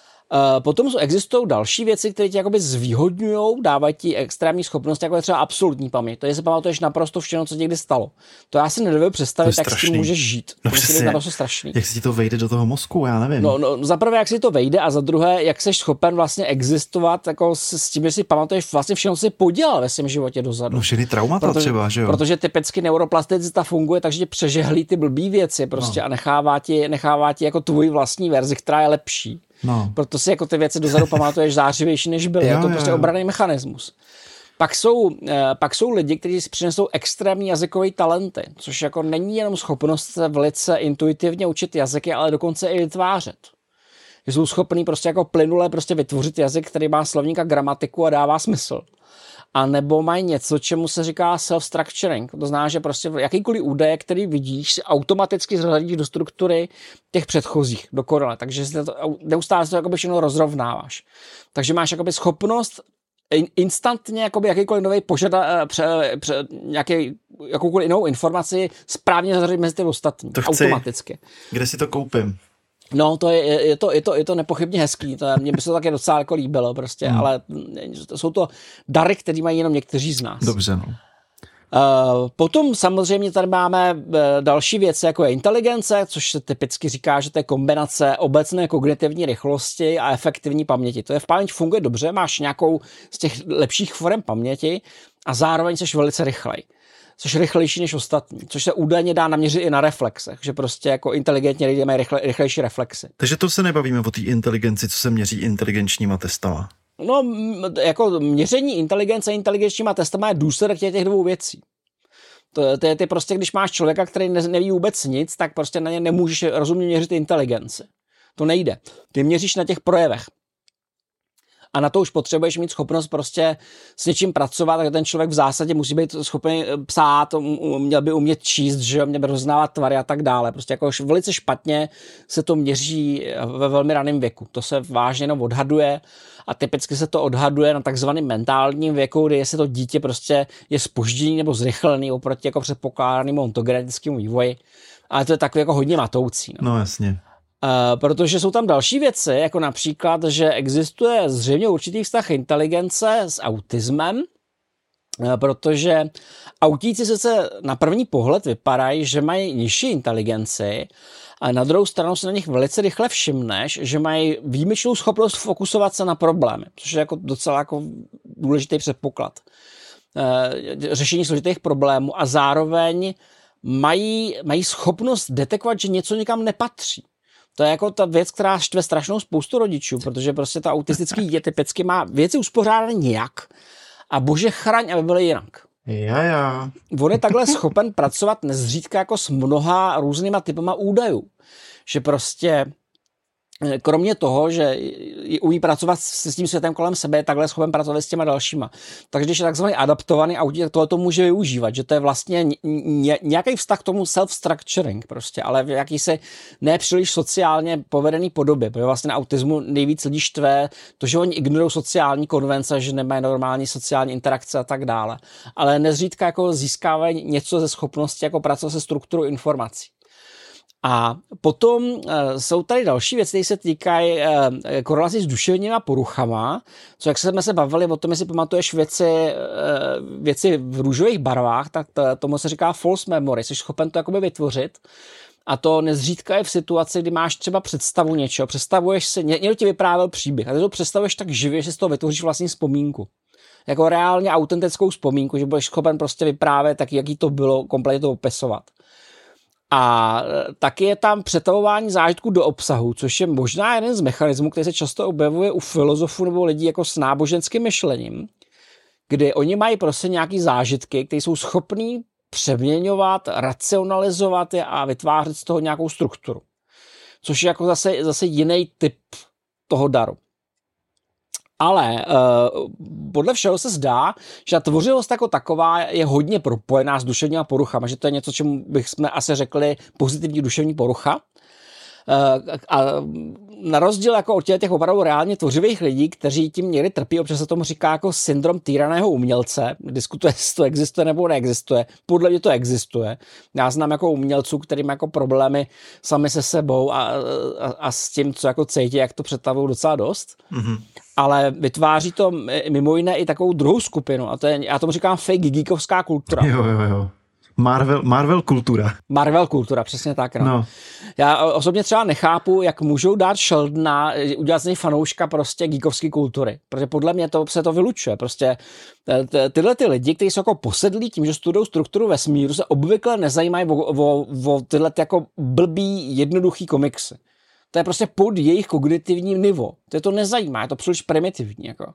Uh, potom existují další věci, které tě jakoby zvýhodňují, dávají ti extrémní schopnosti, jako je třeba absolutní paměť. To je, že si pamatuješ naprosto všechno, co někdy stalo. To já si nedovedu představit, jak s tím můžeš žít. No to musí být naprosto strašný. Jak si ti to vejde do toho mozku, já nevím. No, no, za prvé, jak si to vejde, a za druhé, jak jsi schopen vlastně existovat jako s, s tím, že si pamatuješ vlastně všechno, co jsi podělal ve svém životě dozadu. No všechny traumata protože, třeba, že jo? Protože typicky neuroplasticita funguje, takže přežehlí ty blbý věci prostě no. a nechává ti, nechává ti jako tvoji vlastní verzi, která je lepší. No. Proto si jako ty věci dozadu pamatuješ zářivější, než byly. Jo, je to prostě obranný mechanismus. Pak jsou, pak jsou lidi, kteří si přinesou extrémní jazykové talenty, což jako není jenom schopnost se velice intuitivně učit jazyky, ale dokonce i vytvářet. Že jsou schopní prostě jako plynule prostě vytvořit jazyk, který má slovník a gramatiku a dává smysl. A nebo mají něco, čemu se říká self-structuring. To znamená, že prostě jakýkoliv údaje, který vidíš, si automaticky zhledíš do struktury těch předchozích, do korele. Takže si to, neustále si to jakoby všechno rozrovnáváš. Takže máš jakoby schopnost instantně jakoby jakýkoliv nový požada, pře, pře, nějaký, jakoukoliv jinou informaci správně zařadit mezi ty ostatní. To chci. Automaticky. Kde si to koupím? No, to je, je, to, je, to, je to nepochybně hezký, to je, mně by se to také docela jako líbilo prostě, hmm. ale jsou to dary, které mají jenom někteří z nás. Dobře, no. Uh, potom samozřejmě tady máme uh, další věci, jako je inteligence, což se typicky říká, že to je kombinace obecné kognitivní rychlosti a efektivní paměti. To je v paměti funguje dobře, máš nějakou z těch lepších forem paměti a zároveň jsi velice rychlej. Což je rychlejší než ostatní, což se údajně dá naměřit i na reflexech, že prostě jako inteligentní lidé mají rychle, rychlejší reflexy. Takže to se nebavíme o té inteligenci, co se měří inteligenčníma testama. No, jako měření inteligence inteligenčníma testama je důsledek těch dvou věcí. To, to je ty prostě, když máš člověka, který ne, neví vůbec nic, tak prostě na ně nemůžeš rozumně měřit inteligenci. To nejde. Ty měříš na těch projevech. A na to už potřebuješ mít schopnost prostě s něčím pracovat, tak ten člověk v zásadě musí být schopný psát, měl by umět číst, že měl by rozeznávat tvary a tak dále. Prostě jako velice špatně se to měří ve velmi raném věku. To se vážně jenom odhaduje a typicky se to odhaduje na takzvaném mentálním věku, kdy jestli to dítě prostě je zpožděný nebo zrychlený oproti jako předpokládanému ontogenetickému vývoji. Ale to je takový jako hodně matoucí. No, no jasně. Uh, protože jsou tam další věci, jako například, že existuje zřejmě určitý vztah inteligence s autismem, uh, protože autíci sice na první pohled vypadají, že mají nižší inteligenci, a na druhou stranu si na nich velice rychle všimneš, že mají výjimečnou schopnost fokusovat se na problémy, což je jako docela jako důležitý předpoklad. Uh, řešení složitých problémů a zároveň mají, mají schopnost detekovat, že něco někam nepatří. To je jako ta věc, která štve strašnou spoustu rodičů, protože prostě ta autistický dítě typicky má věci uspořádané nějak a bože chraň, aby byly jinak. Ja, ja. On je takhle schopen pracovat nezřídka jako s mnoha různýma typama údajů. Že prostě kromě toho, že umí pracovat s tím světem kolem sebe, je takhle schopen pracovat s těma dalšíma. Takže když je takzvaný adaptovaný autí, tak tohle to může využívat, že to je vlastně nějaký vztah k tomu self-structuring prostě, ale v jakýsi nepříliš sociálně povedený podobě, protože vlastně na autismu nejvíc lidí štve to, že oni ignorují sociální konvence, že nemají normální sociální interakce a tak dále. Ale nezřídka jako získávají něco ze schopnosti jako pracovat se strukturou informací. A potom uh, jsou tady další věci, které se týkají uh, korelací s duševníma poruchama, co jak jsme se bavili o tom, jestli pamatuješ věci, uh, věci v růžových barvách, tak to, tomu se říká false memory, jsi schopen to jakoby vytvořit. A to nezřídka je v situaci, kdy máš třeba představu něčeho, představuješ si, někdo ti vyprávěl příběh a ty to představuješ tak živě, že si z toho vytvoříš vlastní vzpomínku. Jako reálně autentickou vzpomínku, že budeš schopen prostě vyprávět, tak jaký to bylo, kompletně to opisovat. A taky je tam přetavování zážitků do obsahu, což je možná jeden z mechanismů, který se často objevuje u filozofů nebo lidí jako s náboženským myšlením, kdy oni mají prostě nějaký zážitky, které jsou schopní přeměňovat, racionalizovat je a vytvářet z toho nějakou strukturu. Což je jako zase, zase jiný typ toho daru. Ale uh, podle všeho se zdá, že ta tvořivost jako taková je hodně propojená s duševníma poruchama, že to je něco, čemu bychom asi řekli pozitivní duševní porucha. Uh, a na rozdíl jako od těch opravdu reálně tvořivých lidí, kteří tím někdy trpí, občas se tomu říká jako syndrom týraného umělce, diskutuje, jestli to existuje nebo neexistuje. Podle mě to existuje. Já znám jako umělců, který má jako problémy sami se sebou a, a, a s tím, co jako cítí, jak to přetavují docela dost. Mm-hmm. Ale vytváří to mimo jiné i takovou druhou skupinu a to je, já tomu říkám fake geekovská kultura. Jo, jo, jo. Marvel, Marvel kultura. Marvel kultura, přesně tak. No. No. Já osobně třeba nechápu, jak můžou dát Sheldona, udělat z něj fanouška prostě geekovské kultury, protože podle mě to se to vylučuje. Prostě tyhle ty lidi, kteří jsou jako posedlí tím, že studují strukturu vesmíru, se obvykle nezajímají o, o, o tyhle ty jako blbý, jednoduchý komiksy. To je prostě pod jejich kognitivním nivo. To je to nezajímá, je to příliš primitivní. Jako.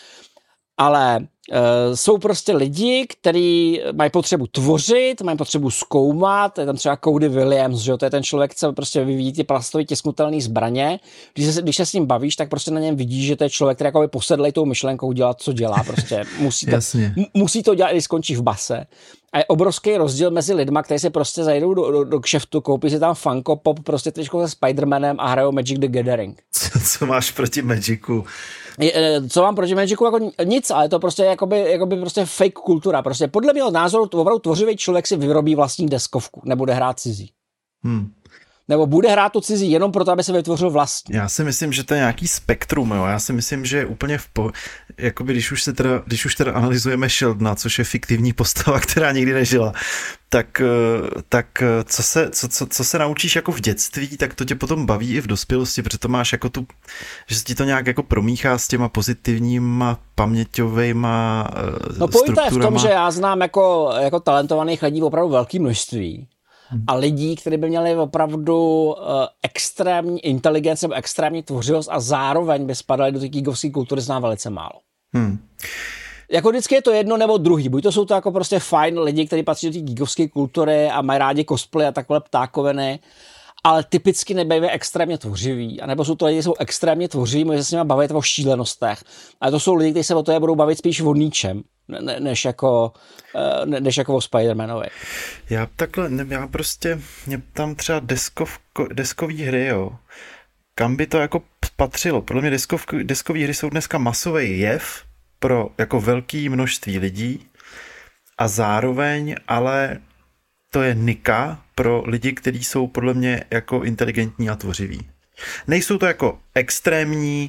Ale e, jsou prostě lidi, kteří mají potřebu tvořit, mají potřebu zkoumat, je tam třeba Cody Williams, že jo? To je ten člověk, co prostě vyvíjí ty plastové tisknutelné zbraně. Když se, když se s ním bavíš, tak prostě na něm vidíš, že to je člověk, který jako posedlej tou myšlenkou dělat, co dělá. Prostě musí to, m- musí to dělat, když skončí v base. A je obrovský rozdíl mezi lidma, kteří se prostě zajdou do, do, do kšeftu, koupí si tam Funko Pop, prostě tričko se Spider-Manem a hrajou Magic the Gathering. Co, co máš proti Magicu? Je, co mám proti Magicu? Jako nic, ale to prostě jakoby, jakoby prostě fake kultura. Prostě podle mého názoru opravdu tvořivý člověk si vyrobí vlastní deskovku, nebude hrát cizí. Hmm. Nebo bude hrát tu cizí jenom proto, aby se vytvořil vlastní. Já si myslím, že to je nějaký spektrum, jo. Já si myslím, že je úplně v po... jakoby když už se teda, když už teda analyzujeme Sheldona, což je fiktivní postava, která nikdy nežila, tak, tak co, se, co, co, co se naučíš jako v dětství, tak to tě potom baví i v dospělosti, protože to máš jako tu, že se ti to nějak jako promíchá s těma pozitivníma paměťovejma strukturama. No pointa je v tom, že já znám jako, jako talentovaných lidí opravdu velké množství. A lidí, kteří by měli opravdu uh, extrémní inteligenci nebo extrémní tvořivost a zároveň by spadali do té geekovské kultury, znám velice málo. Hmm. Jako vždycky je to jedno nebo druhý. Buď to jsou to jako prostě fajn lidi, kteří patří do té geekovské kultury a mají rádi cosplay a takové ptákoviny, ale typicky nebývají extrémně tvořiví. A nebo jsou to lidi, kteří jsou extrémně tvořiví, může se s nimi bavit o šílenostech. Ale to jsou lidi, kteří se o to budou bavit spíš o ničem, ne, než jako, ne, než jako o Spider-Manovi. Já takhle, ne, já prostě, mě tam třeba deskov, deskový hry, jo. Kam by to jako patřilo? Podle mě deskov, deskový hry jsou dneska masový jev pro jako velké množství lidí a zároveň ale to je nika pro lidi, kteří jsou podle mě jako inteligentní a tvořiví. Nejsou to jako extrémní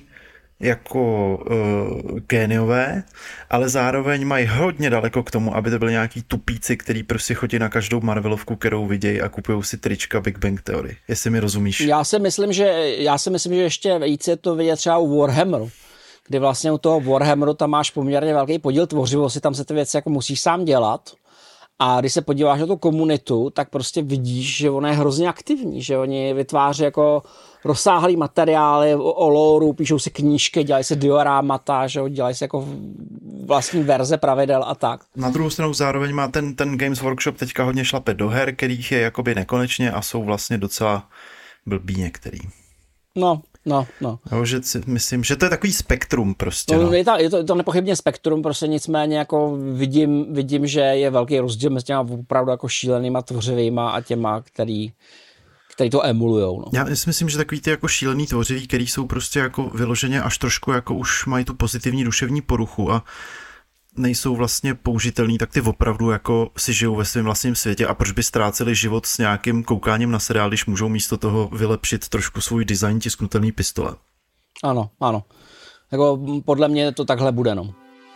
jako uh, géniové, ale zároveň mají hodně daleko k tomu, aby to byly nějaký tupíci, který prostě chodí na každou Marvelovku, kterou vidějí a kupují si trička Big Bang Theory. Jestli mi rozumíš. Já si myslím, že, já si myslím, že ještě víc je to vidět třeba u Warhammeru, kdy vlastně u toho Warhammeru tam máš poměrně velký podíl tvořivosti, tam se ty věci jako musíš sám dělat. A když se podíváš na tu komunitu, tak prostě vidíš, že ona je hrozně aktivní, že oni vytváří jako rozsáhlý materiály o, o lóru, píšou si knížky, dělají si dioramata, že dělají si jako vlastní verze pravidel a tak. Na druhou stranu zároveň má ten, ten Games Workshop teďka hodně šlape do her, kterých je jakoby nekonečně a jsou vlastně docela blbý některý. No, No, no. Jo, že si myslím, že to je takový spektrum prostě. No, no. Je, to, je, to, je to nepochybně spektrum, prostě nicméně jako vidím, vidím, že je velký rozdíl mezi těma opravdu jako šílenýma tvořivýma a těma, který, který to emulujou. No. Já si myslím, že takový ty jako šílený tvořivý, který jsou prostě jako vyloženě až trošku jako už mají tu pozitivní duševní poruchu a nejsou vlastně použitelný, tak ty opravdu jako si žijou ve svém vlastním světě a proč by ztráceli život s nějakým koukáním na seriál, když můžou místo toho vylepšit trošku svůj design tisknutelný pistole. Ano, ano. Jako podle mě to takhle bude, no.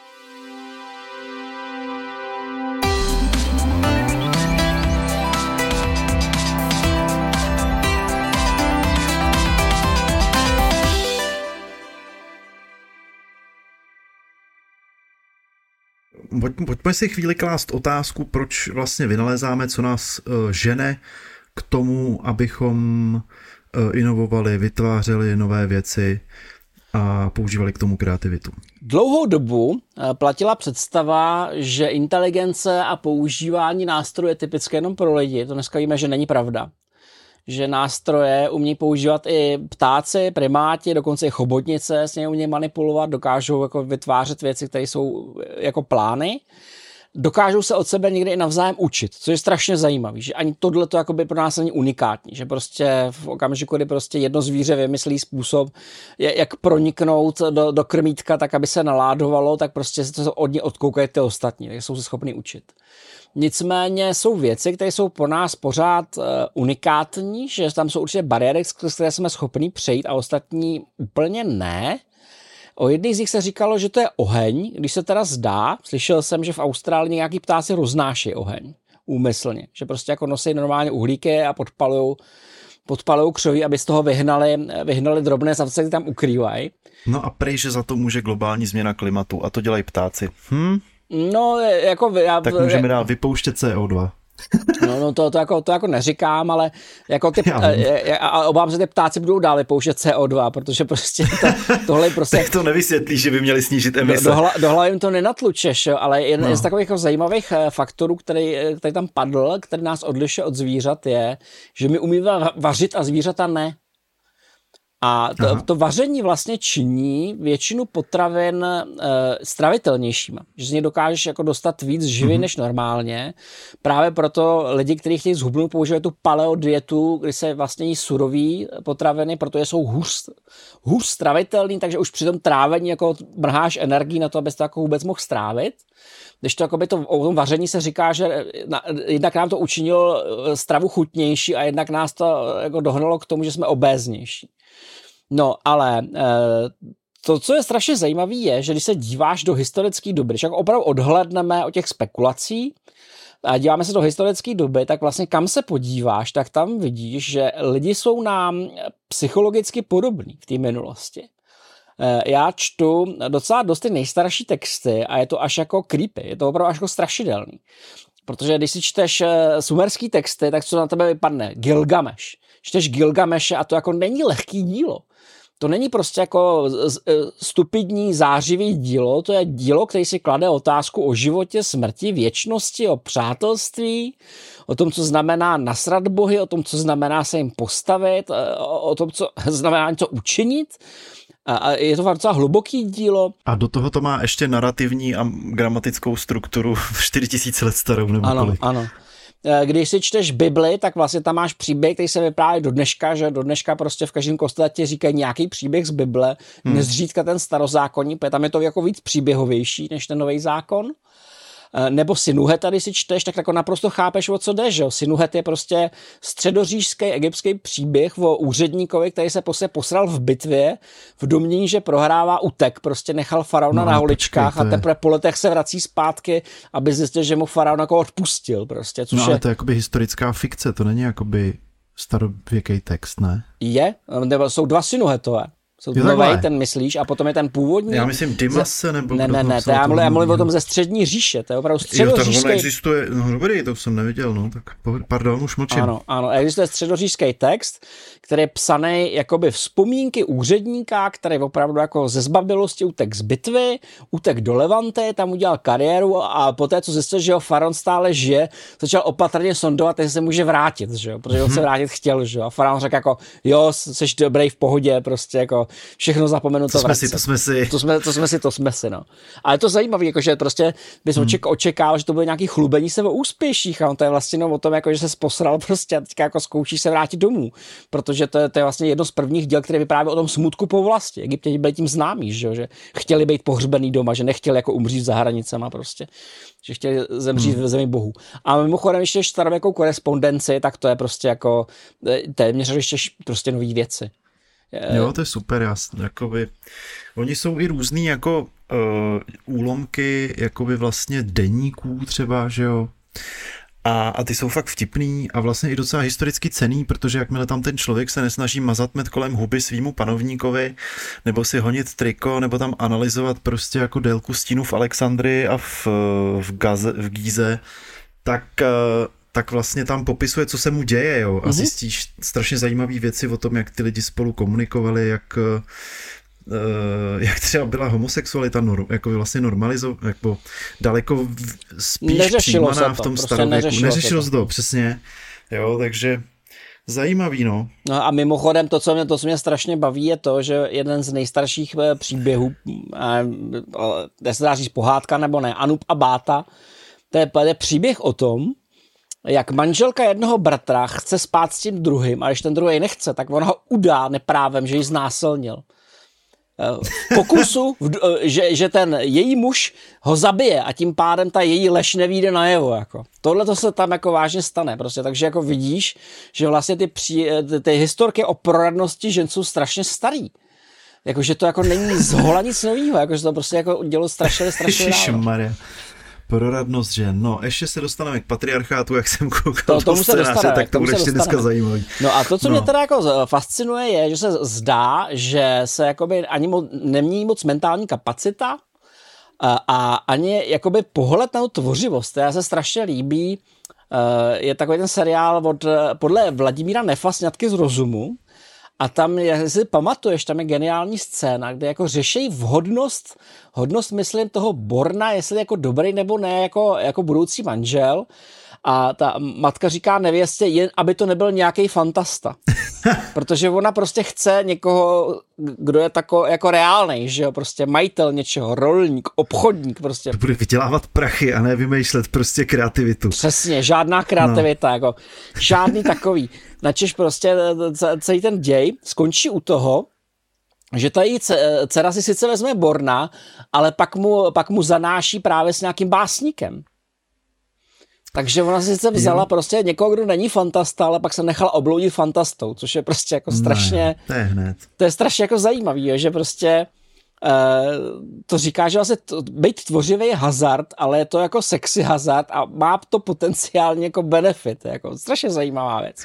Pojďme si chvíli klást otázku, proč vlastně vynalézáme, co nás uh, žene k tomu, abychom uh, inovovali, vytvářeli nové věci a používali k tomu kreativitu. Dlouhou dobu platila představa, že inteligence a používání nástrojů je typické jenom pro lidi. To dneska víme, že není pravda. Že nástroje umí používat i ptáci, primáti, dokonce i chobotnice, s nimi umí manipulovat, dokážou jako vytvářet věci, které jsou jako plány. Dokážou se od sebe někdy i navzájem učit, což je strašně zajímavé, že ani tohle to jakoby pro nás není unikátní, že prostě v okamžiku, kdy prostě jedno zvíře vymyslí způsob, jak proniknout do, do krmítka, tak aby se naládovalo, tak prostě se to od ní odkoukají ty ostatní, tak jsou se schopni učit. Nicméně jsou věci, které jsou pro nás pořád uh, unikátní, že tam jsou určitě bariéry, z které jsme schopni přejít a ostatní úplně ne. O jedné z nich se říkalo, že to je oheň, když se teda zdá, slyšel jsem, že v Austrálii nějaký ptáci roznáší oheň úmyslně, že prostě jako nosí normálně uhlíky a podpalujou podpalujou křoví, aby z toho vyhnali, vyhnali drobné savce, které tam ukrývají. No a prej, že za to může globální změna klimatu a to dělají ptáci. Hm? No, jako... Já, tak můžeme dál vypouštět C O dva. No, no to, to, jako, to jako neříkám, ale jako ty, a obávám se, ty ptáci budou dál vypouštět C O dva, protože prostě to, tohle prostě... tak to nevysvětlí, že by měli snížit emise. Do, do, do hlavy jim to nenatlučeš, jo, ale jeden no. z takových jako zajímavých faktorů, který, který tam padl, který nás odlišuje od zvířat, je, že my umíme vařit a zvířata ne. A to, to vaření vlastně činí většinu potravin e, stravitelnějšíma. Že z něj dokážeš jako dostat víc živin mm-hmm. než normálně. Právě proto lidi, kteří chtějí zhubnout, používají tu paleo dietu, kdy se vlastně jí surový potraviny, protože jsou hůř, hůř stravitelný, takže už při tom trávení jako mrháš energii na to, abys to jako vůbec mohl strávit. Když to, jakoby to o tom vaření se říká, že na, jednak nám to učinilo stravu chutnější a jednak nás to jako dohnalo k tomu, že jsme obéznější. No, ale e, to, co je strašně zajímavé, je, že když se díváš do historické doby, když jako opravdu odhlédneme od těch spekulací a díváme se do historické doby, tak vlastně kam se podíváš, tak tam vidíš, že lidi jsou nám psychologicky podobní v té minulosti. E, já čtu docela dost ty nejstarší texty a je to až jako creepy, je to opravdu až jako strašidelný. Protože když si čteš sumerský texty, tak co na tebe vypadne? Gilgameš. Čteš Gilgameše a to jako není lehký dílo. To není prostě jako stupidní zářivý dílo, to je dílo, který si klade otázku o životě, smrti, věčnosti, o přátelství, o tom, co znamená nasrat bohy, o tom, co znamená se jim postavit, o tom, co znamená něco učinit. A je to docela hluboký dílo. A do toho to má ještě narrativní a gramatickou strukturu čtyři tisíce let starou nebo ano, kolik. Ano. Když si čteš Bibli, tak vlastně tam máš příběh, který se vypráví do dneška, že do dneška prostě v každém kostele ti říkají nějaký příběh z Bible, hmm. nezřídka ten starozákonní, protože tam je to jako víc příběhovější než ten nový zákon. Nebo Sinuhet, tady si čteš, tak jako naprosto chápeš, o co jde, že jo. Sinuhet je prostě středoříšský egyptský příběh o úředníkovi, který se prostě posral v bitvě v domění, že prohrává utek, prostě nechal faraona no, na holičkách počkej, a teprve po letech se vrací zpátky, aby zjistil, že mu faraon jako odpustil prostě. Což no ale je... to je jakoby historická fikce, to není jakoby starověký text, ne? Je, nebo jsou dva Sinuhetové. Jsou novej, ten myslíš, a potom je ten původní. Já myslím Dimase, nebo ne, ne, ne, to já, mluvím, já mluvím o tom ze střední říše, to je opravdu středoříšský. Jo, existuje, no dobrý, to jsem neviděl, no, tak pardon, už mlčím. Ano, ano, existuje středoříšský text, který je psaný jakoby vzpomínky úředníka, který opravdu jako ze zbabělosti utek z bitvy, utek do Levanty, tam udělal kariéru a poté, co zjistil, že jeho faraon stále žije, začal opatrně sondovat, jestli se může vrátit, že jo, protože on se vrátit chtěl, že jo, a faraon řekl jako, jo, jsi dobrý v pohodě, prostě jako všechno zapomenu, to, to jsme si, to jsme si. To jsme, to jsme si, to jsme si, no. Ale je to zajímavé, jakože prostě bys hmm. očekával, že to bude nějaký chlubení se o úspěších, a on to je vlastně no o tom, jako, že se posral prostě a teďka jako zkouší se vrátit domů, protože to je, to je vlastně jedno z prvních děl, které vypráví o tom smutku po vlasti. Egyptěni byli tím známí, že, že chtěli být pohřbený doma, že nechtěli jako umřít za hranicema prostě, že chtěli zemřít hmm. v zemi bohů. A mimochodem ještě starověkou korespondenci, tak to je prostě jako téměř ještě prostě nový věci. Jo, to je super, jasný, jakoby, oni jsou i různý jako uh, úlomky, jakoby vlastně deníků třeba, že jo, a, a ty jsou fakt vtipný a vlastně i docela historicky cenný, protože jakmile tam ten člověk se nesnaží mazat med kolem huby svýmu panovníkovi, nebo si honit triko, nebo tam analyzovat prostě jako délku stínu v Alexandrii a v, v, Gaze, v Gíze, tak... Uh, tak vlastně tam popisuje, co se mu děje, jo, a zjistíš strašně zajímavé věci o tom, jak ty lidi spolu komunikovali, jak, uh, jak třeba byla homosexualita norm, jako vlastně normalizovat, jako daleko spíš neřešilo přijímaná to, v tom prostě starověku. Neřešilo, neřešilo se to, to, přesně, jo, takže zajímavý, no. No a mimochodem to, co mě, to, co mě strašně baví, je to, že jeden z nejstarších příběhů, eh, se dá říct pohádka nebo ne, Anub a Báta, to je, to je příběh o tom, jak manželka jednoho bratra chce spát s tím druhým, a když ten druhý nechce, tak on ho udá neprávem, že ji znásilnil. V pokusu, že, že ten její muž ho zabije a tím pádem ta její lež nevyjde najevo. Jako. Tohle to se tam jako vážně stane. Prostě. Takže jako vidíš, že vlastně ty, pří, ty, ty historky o proradnosti žen jsou strašně starý. Jako, že to jako není z hola nic novýho, jako, že to prostě jako dělo strašně, strašně dávno. Proradnost žen. No, ještě se dostaneme k patriarchátu, jak jsem koukal to, do scénáře, tak to bude ještě dneska zajímavý. No a to, co no. mě teda jako fascinuje, je, že se zdá, že se jakoby ani mo- nemění moc mentální kapacita a, a ani jakoby pohled na tu tvořivost. To já se strašně líbí. Je takový ten seriál od, podle Vladimíra Nefa Sňatky z rozumu. A tam, jestli si pamatuješ, tam je geniální scéna, kde jako řešejí vhodnost, hodnost, myslím, toho Borna, jestli jako dobrý nebo ne, jako, jako budoucí manžel. A ta matka říká nevěstě, jen aby to nebyl nějaký fantasta. Protože ona prostě chce někoho, kdo je tako, jako reálnej, že jo, prostě majitel něčeho, rolník, obchodník prostě. Bude vydělávat prachy a ne vymýšlet prostě kreativitu. Přesně, žádná kreativita, no. Jako žádný takový. Načež prostě celý ten děj skončí u toho, že ta její dcera si sice vezme Borna, ale pak mu, pak mu zanáší právě s nějakým básníkem. Takže ona si sice vzala jo. prostě někoho, kdo není fantasta, ale pak se nechala obloudit fantastou, což je prostě jako strašně... Ne, to je hned. To je strašně jako zajímavý, že prostě uh, to říká, že vlastně to, být tvořivý je hazard, ale je to jako sexy hazard a má to potenciálně jako benefit, jako strašně zajímavá věc.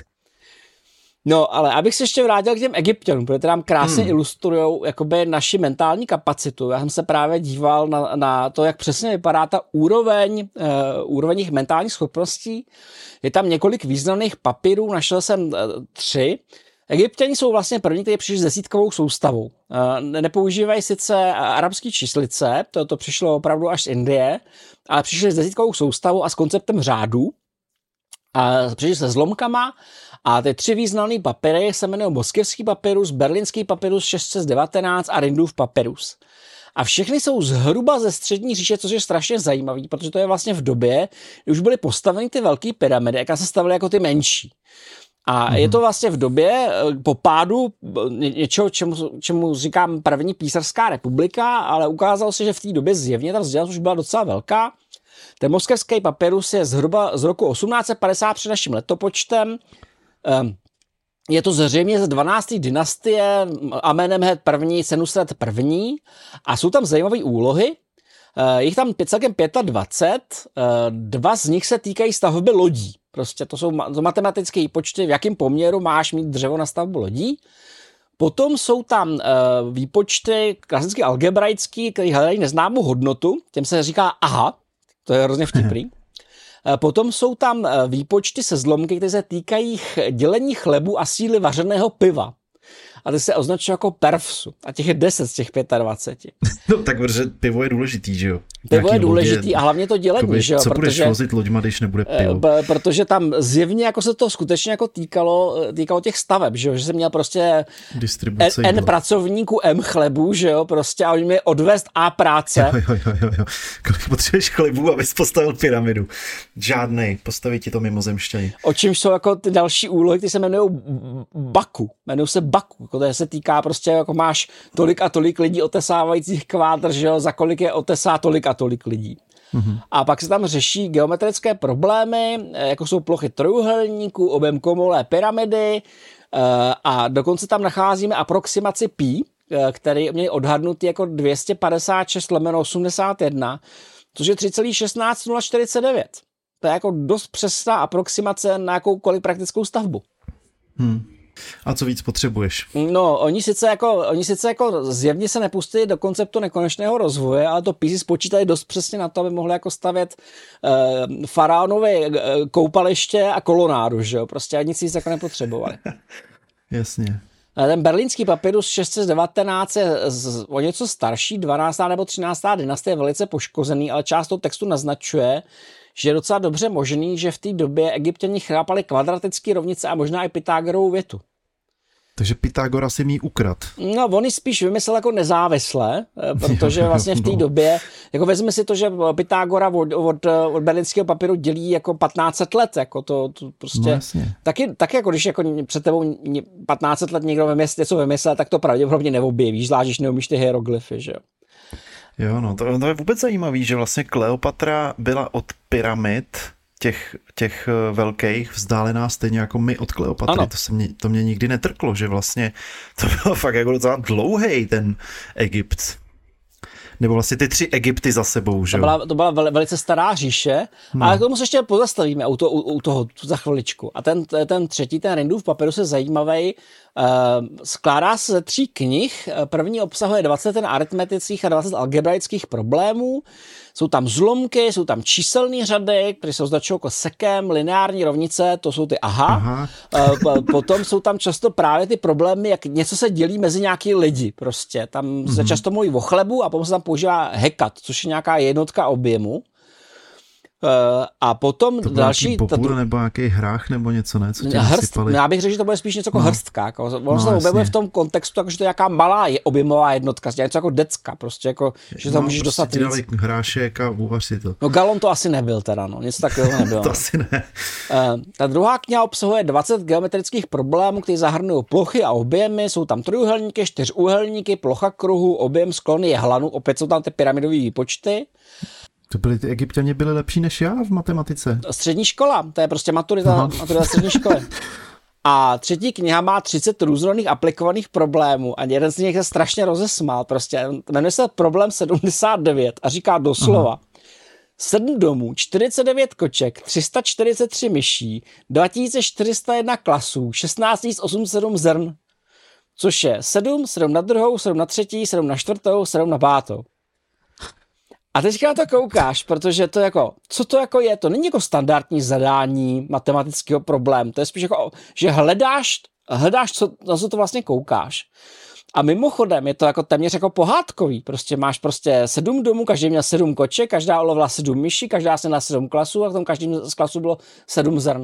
No, ale abych se ještě vrátil k těm Egypťanům, protože nám krásně hmm. ilustrujou jakoby naši mentální kapacitu. Já jsem se právě díval na, na to, jak přesně vypadá ta úroveň, uh, úroveň jich mentálních schopností. Je tam několik významných papírů, našel jsem uh, tři. Egypťani jsou vlastně první, kteří přišli s desítkovou soustavou. Uh, nepoužívají sice arabské číslice, to, to přišlo opravdu až z Indie, ale přišli s desítkovou soustavou a s konceptem řádu. A přišli se zlomkama. A ty tři významné papíry se jmenují Moskevský papyrus, Berlínský papyrus šest set devatenáct a Rindův papyrus. A všechny jsou zhruba ze střední říše, což je strašně zajímavý, protože to je vlastně v době, kdy už byly postaveny ty velké pyramidy, jaká se stavily jako ty menší. A mm-hmm. je to vlastně v době po pádu něčeho, čemu, čemu říkám první písařská republika, ale ukázalo se, že v té době zjevně ta vzdělanost už byla docela velká. Ten Moskevský papyrus je zhruba z roku osmnáct set padesát před naším letopočtem. Je to zřejmě z dvanácté dynastie Amenemhet I. Senusret I. A jsou tam zajímavé úlohy. Je jich tam celkem dvacet pět. Dva z nich se týkají stavby lodí. Prostě to jsou matematické počty, v jakém poměru máš mít dřevo na stavbu lodí. Potom jsou tam uh, výpočty klasicky algebraický, který hledají neznámou hodnotu, těm se říká aha, to je hrozně vtipný. Uh, potom jsou tam uh, výpočty se zlomky, které se týkají ch- dělení chlebu a síly vařeného piva. A ty se označuje jako perfsu. A těch je deset z těch dvacet pět. No tak, protože pivo je důležitý, že jo? Pivo je důležitý lodě, a hlavně to dělení, jakoby, že jo? Co protože, budeš vozit loďma, když nebude pivo? B, protože tam zjevně jako se to skutečně jako týkalo, týkalo těch staveb, že jo? Že jsem měl prostě distribuce N, N pracovníků, M chlebů, že jo? Prostě a oni měli odvést A práce. Jo, jo, jo, jo. Kolik potřebuješ chlebů, abys postavil pyramidu? Žádnej, postaví ti to mimozemšťani. O čemž jsou jako ty další úlohy, které se jmenují Baku. Jmenují se Baku. To se týká prostě, jako máš tolik a tolik lidí otesávajících kvádr, že jo? Za kolik je otesá tolik a tolik lidí. Mm-hmm. A pak se tam řeší geometrické problémy, jako jsou plochy trojuhelníků, objem komolé pyramidy a dokonce tam nacházíme aproximaci pi, který měli odhadnutý jako dvě stě padesát šest lomeno osmdesát jedna, což je tři celá jedna šest nula čtyřicet devět. To je jako dost přesná aproximace na jakoukoliv praktickou stavbu. Hmm. A co víc potřebuješ? No, oni sice jako, oni sice jako zjevně se nepustili do konceptu nekonečného rozvoje, ale to P C spočítali dost přesně na to, aby mohli jako stavět uh, faraonové uh, koupaliště a kolonádu, že jo? Prostě a nic víc jako nepotřebovali. Jasně. Ten berlínský papyrus šest set devatenáct je z, o něco starší, dvanáctá nebo třináctá dynastie je velice poškozený, ale část toho textu naznačuje, že je docela dobře možný, že v té době Egypťani chápali kvadratické rovnice a možná i Pythagorovou větu. Takže Pythagora si mi ukrad. No, on ji spíš vymyslel jako nezávisle, protože vlastně v té době, jako vezme si to, že Pythagora od, od, od berlínského papíru dělí jako patnáct set let, jako to, to prostě, no, taky, taky jako když jako před tebou patnáct set let někdo vymyslel, něco vymyslel, tak to pravděpodobně neobjevíš, zvlášť, když neumíš ty hieroglyfy, že jo. Jo, no, to, to je vůbec zajímavý, že vlastně Kleopatra byla od pyramid těch, těch velkých vzdálená stejně jako my od Kleopatry. To, se mě, to mě nikdy netrklo, že vlastně to bylo fakt jako docela dlouhej ten Egypt. Nebo vlastně ty tři Egypty za sebou, že to byla, to byla velice stará říše, no. Ale k tomu se ještě pozastavíme u, to, u, u toho za chviličku. A ten, ten třetí, ten Rindův papyrus je zajímavý. Uh, skládá se ze tří knih. První obsahuje dvacet aritmetických a dvacet algebraických problémů. Jsou tam zlomky, jsou tam číselné řady, které se označují jako sekem, lineární rovnice, to jsou ty aha. aha. Uh, potom jsou tam často právě ty problémy, jak něco se dělí mezi nějaký lidi. Prostě tam mm-hmm. se často mluví o chlebu a potom se tam používá hekat, což je nějaká jednotka objemu. Uh, a potom to další... To popůl nebo nějaký hrách nebo něco, ne? Co hrst, já bych řekl, že to bude spíš něco jako no. hrstka. Jako, ono no, se objevuje v tom kontextu, jako, že to je nějaká malá je objevová jednotka, něco jako decka, prostě jako, že no, tam můžeš prostě dostat víc. hrášek a uvař si to. No galon to asi nebyl teda, no, něco takového nebylo. To asi ne. Uh, ta druhá kniha obsahuje dvacet geometrických problémů, které zahrnují plochy a objemy, jsou tam trojúhelníky, čtyřúhelníky, plocha kruhu, objem, sklony jehlanu, opět jsou tam ty pyramidové výpočty. To byly ty Egypťani byli lepší než já v matematice. Střední škola, to je prostě maturita, maturita střední školy. A třetí kniha má třicet různých aplikovaných problémů a jeden z nich se strašně rozesmál. Prostě jmenuje se problém sedmdesát devět a říká doslova: Aha. sedm domů, čtyřicet devět koček, tři sta čtyřicet tři myší, dva tisíce čtyři sta jedna klasů, šestnáct tisíc osm set sedm zrn, což je sedm, sedm na druhou, sedm na třetí, sedm na čtvrtou, sedm na pátou. A teďka na to koukáš, protože to jako, co to jako je, to není jako standardní zadání matematického problému, to je spíš jako, že hledáš, hledáš, co, na co to vlastně koukáš. A mimochodem je to jako téměř jako pohádkový, prostě máš prostě sedm domů, každý měl sedm koček, každá ulovila sedm myší, každá se na sedm klasů a v tom každým z klasů bylo sedm zrn.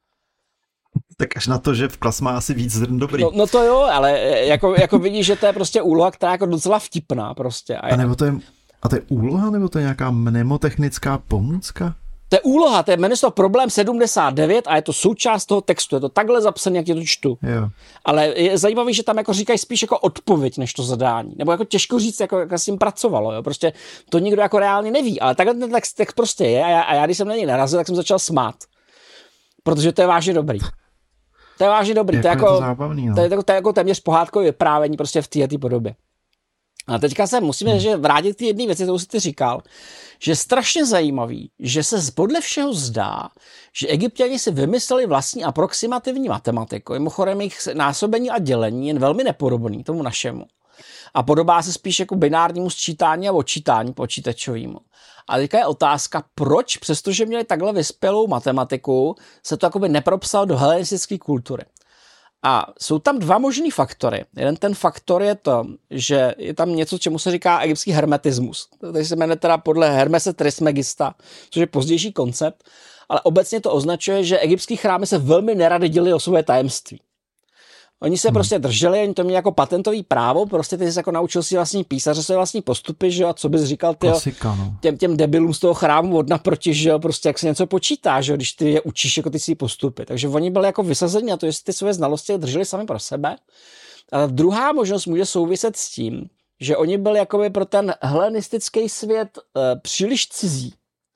Tak až na to, že v klas má asi víc zrn dobrý. No, no to jo, ale jako, jako vidíš, že to je prostě úloha, která je jako docela vtipná prostě. A, a nebo to je... A to je úloha, nebo to je nějaká mnemotechnická pomůcka? To je úloha, to je jmenuje to problém sedmdesát devět a je to součást toho textu, je to takhle zapsané, jak je to čtu. Jo. Ale je zajímavé, že tam jako říkají spíš jako odpověď, než to zadání. Nebo jako těžko říct, jako, jak s tím pracovalo. Jo? Prostě to nikdo jako reálně neví, ale takhle ten text, text prostě je a já, a já, když jsem na něj narazil, tak jsem začal smát. Protože to je vážně dobrý. To je vážně dobrý. Jako to je jako, je to zábavný, no. to je, to je jako téměř pohádkové vyprávění prostě v této podobě. A teďka se musíme hmm. že vrátit k té jedné věci, kterou jsi ty říkal, že je strašně zajímavý, že se podle všeho zdá, že Egypťani si vymysleli vlastní aproximativní matematiku. Mimochodem jejich násobení a dělení je velmi nepodobný tomu našemu. A podobá se spíš jako binárnímu sčítání a odčítání počítačovému. A teďka je otázka, proč, přestože měli takhle vyspělou matematiku, se to jakoby nepropsalo do helenistické kultury. A jsou tam dva možný faktory. Jeden ten faktor je to, že je tam něco, čemu se říká egyptský hermetismus. Tady se jmenuje teda podle Hermese Trismegista, což je pozdější koncept, ale obecně to označuje, že egyptský chrámy se velmi nerady dělily o své tajemství. Oni se hmm. prostě drželi, oni to měli jako patentový právo, prostě ty jsi jako naučil si vlastní písaře, své vlastní postupy, že jo, a co bys říkal ty Klasika, no. těm, těm debilům z toho chrámu od naproti, že jo, prostě jak se něco počítá, že jo, když ty je učíš jako ty si postupy. Takže oni byli jako vysazeni na to, jestli ty své znalosti drželi sami pro sebe. A druhá možnost může souviset s tím, že oni byli jakoby pro ten helenistický svět e, příliš cizí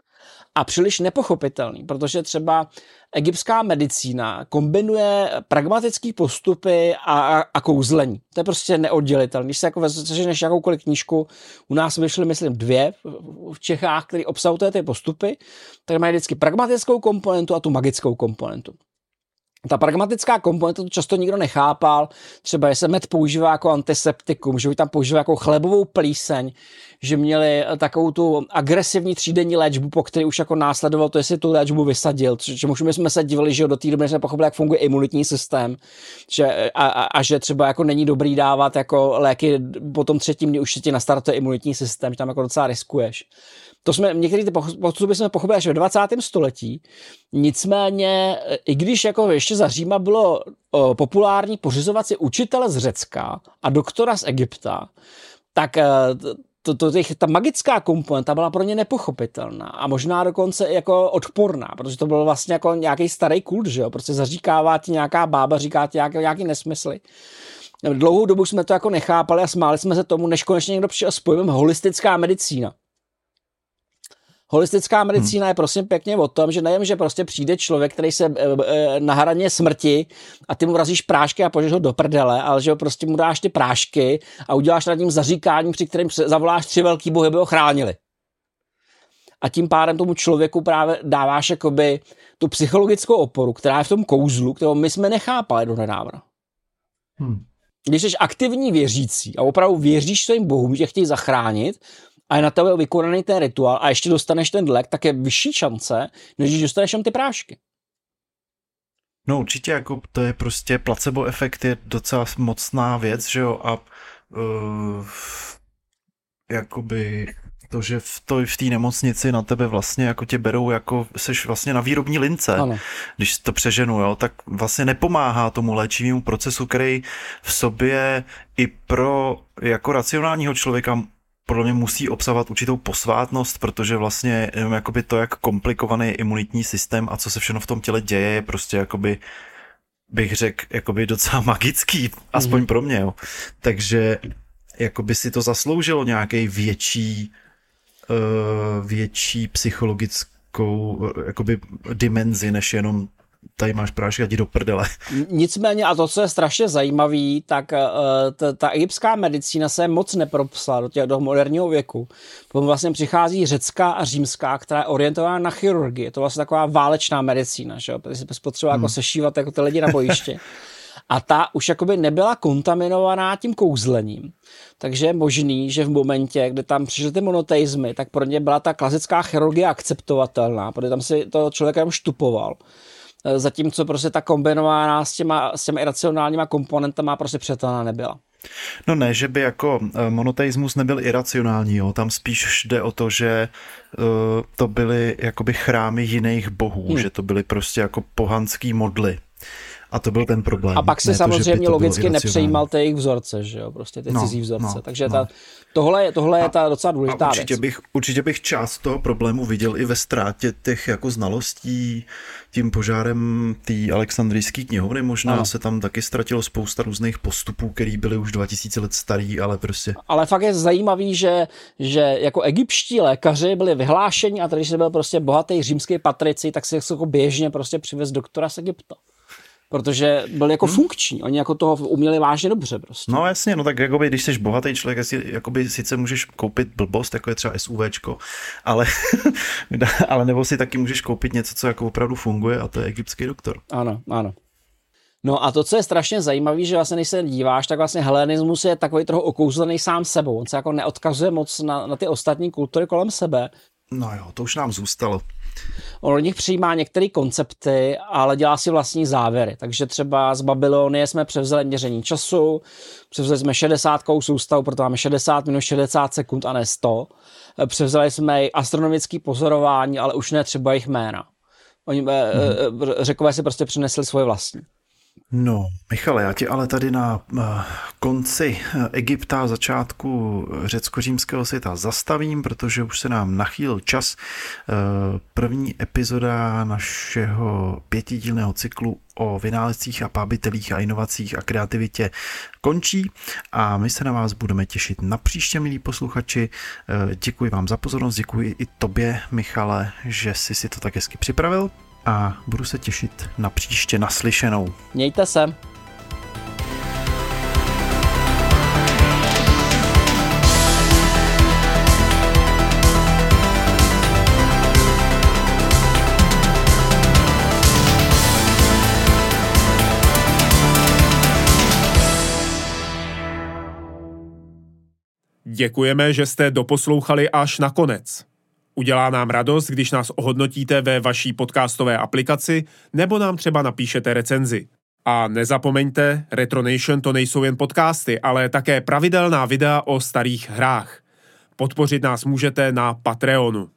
a příliš nepochopitelný, protože třeba egyptská medicína kombinuje pragmatické postupy a, a, a kouzlení. To je prostě neoddělitelné. Když se jako vezmeš jakoukoliv knížku, u nás vyšly, myslím, dvě v Čechách, které obsahují ty postupy, tak mají vždycky pragmatickou komponentu a tu magickou komponentu. Ta pragmatická komponenta to často nikdo nechápal, třeba že se med používá jako antiseptikum, že by tam používá jako chlebovou plíseň, že měli takovou tu agresivní třídenní léčbu, po které už jako následoval to, jestli tu léčbu vysadil, čemuž my jsme se divili, že do té doby jsme pochopili, jak funguje imunitní systém, že, a, a, a že třeba jako není dobrý dávat jako léky po tom třetím dni, už se ti nastartuje imunitní systém, že tam jako docela riskuješ. To jsme, některé ty postupy jsme pochopili až ve dvacátém století, nicméně, i když jako ještě za Říma bylo o, populární pořizovat si učitele z Řecka a doktora z Egypta, tak to, to, těch, ta magická komponenta byla pro ně nepochopitelná a možná dokonce jako odporná, protože to byl vlastně jako nějaký starý kult, že jo, prostě zaříkává ti nějaká bába, říká ti nějaký, nějaký nesmysly. Dlouhou dobu jsme to jako nechápali a smáli jsme se tomu, než konečně někdo přišel s pojmem holistická medicína. Holistická medicína hmm. je prosím pěkně o tom, že nejen, že prostě přijde člověk, který se e, e, na hraně smrti a ty mu vrazíš prášky a požeš ho do prdele, ale že ho prostě mu dáš ty prášky a uděláš nad ním zaříkání, při kterém zavoláš tři velký bohy, aby ho chránili. A tím pádem tomu člověku právě dáváš jakoby tu psychologickou oporu, která je v tom kouzlu, kterou my jsme nechápali do nedávna. Hmm. Když jsi aktivní věřící a opravdu věříš svým bohům, že chtějí zachránit, a je na tebe vykonaný ten rituál a ještě dostaneš ten lék, tak je vyšší šance, než když dostaneš jen ty prášky. No určitě, jako to je prostě placebo efekt, je docela mocná věc, že jo, a uh, jakoby to, že v, to, v té nemocnici na tebe vlastně jako tě berou, jako seš vlastně na výrobní lince, ano. Když to přeženu, jo, tak vlastně nepomáhá tomu léčivému procesu, který v sobě i pro jako racionálního člověka podle mě musí obsahovat určitou posvátnost, protože vlastně jakoby to, jak komplikovaný je imunitní systém a co se všechno v tom těle děje, je prostě jakoby, bych řekl, jakoby docela magický, aspoň mm. pro mě, jo. Takže jakoby si to zasloužilo nějaký větší uh, větší psychologickou jakoby dimenzi, než jenom tady máš prášky a jdi do prdele. Nicméně, a to, co je strašně zajímavý, tak ta, ta egyptská medicína se moc nepropsala do, těch, do moderního věku. Potom vlastně přichází řecká a římská, která je orientovaná na chirurgii. Je to vlastně taková válečná medicína, že jo? Protože si potřeba hmm. jako sešívat jako ty lidi na bojišti. A ta už jakoby nebyla kontaminovaná tím kouzlením. Takže je možný, že v momentě, kdy tam přišly ty monoteizmy, tak pro ně byla ta klasická chirurgie akceptovatelná, protože tam si to člověk jenom štupoval. Zatímco prostě ta kombinovaná s těma, s těma iracionálníma komponentama prostě přetelná nebyla. No ne, že by jako monoteismus nebyl iracionální, jo. Tam spíš jde o to, že uh, to byly jakoby chrámy jiných bohů, hmm. že to byly prostě jako pohanský modly. A to byl ten problém. A pak se ne samozřejmě to, logicky nepřejímal ty jejich vzorce, že jo, prostě ty no, cizí vzorce. No, Takže no. Ta, tohle, tohle je ta docela důležitá určitě věc. Bych, určitě bych část toho problému viděl i ve ztrátě těch jako znalostí, tím požárem té alexandrijské knihovny. Možná ano. se tam taky ztratilo spousta různých postupů, který byly už dva tisíce let starý, ale prostě... Ale fakt je zajímavý, že, že jako egyptští lékaři byli vyhlášeni a tady, když byl prostě bohatý římský patrici, tak si jako běžně prostě přivez doktora z Egypta. protože byl jako hmm. funkční, oni jako toho uměli vážně dobře prostě. No jasně, no tak jakoby, když jsi bohatý člověk, asi, jakoby sice můžeš koupit blbost, jako je třeba SUVčko, ale, ale nebo si taky můžeš koupit něco, co jako opravdu funguje a to je Egyptský doktor. Ano, ano. No a to, co je strašně zajímavé, že vlastně, když se díváš, tak vlastně helenismus je takový trochu okouzlený sám sebou. On se jako neodkazuje moc na, na ty ostatní kultury kolem sebe. No jo, to už nám zůstalo. On od nich přijímá některé koncepty, ale dělá si vlastní závěry. Takže třeba z Babylonie jsme převzali měření času, převzali jsme šedesátkou soustavu, proto máme šedesát minut šedesát sekund a ne sto. Převzali jsme astronomické pozorování, ale už ne třeba jejich jména. Oni, hmm. Řekové si prostě přinesli svoje vlastní. No, Michale, já ti ale tady na konci Egypta, začátku řecko-římského světa zastavím, protože už se nám nachýlil čas. První epizoda našeho pětidílného cyklu o vynálezcích a pábitelích a inovacích a kreativitě končí a my se na vás budeme těšit na příště, milí posluchači. Děkuji vám za pozornost, děkuji i tobě, Michale, že jsi si to tak hezky připravil. A budu se těšit na příště naslyšenou. Mějte se. Děkujeme, že jste doposlouchali až na konec. Udělá nám radost, když nás ohodnotíte ve vaší podcastové aplikaci nebo nám třeba napíšete recenzi. A nezapomeňte, Retronation to nejsou jen podcasty, ale také pravidelná videa o starých hrách. Podpořit nás můžete na Patreonu.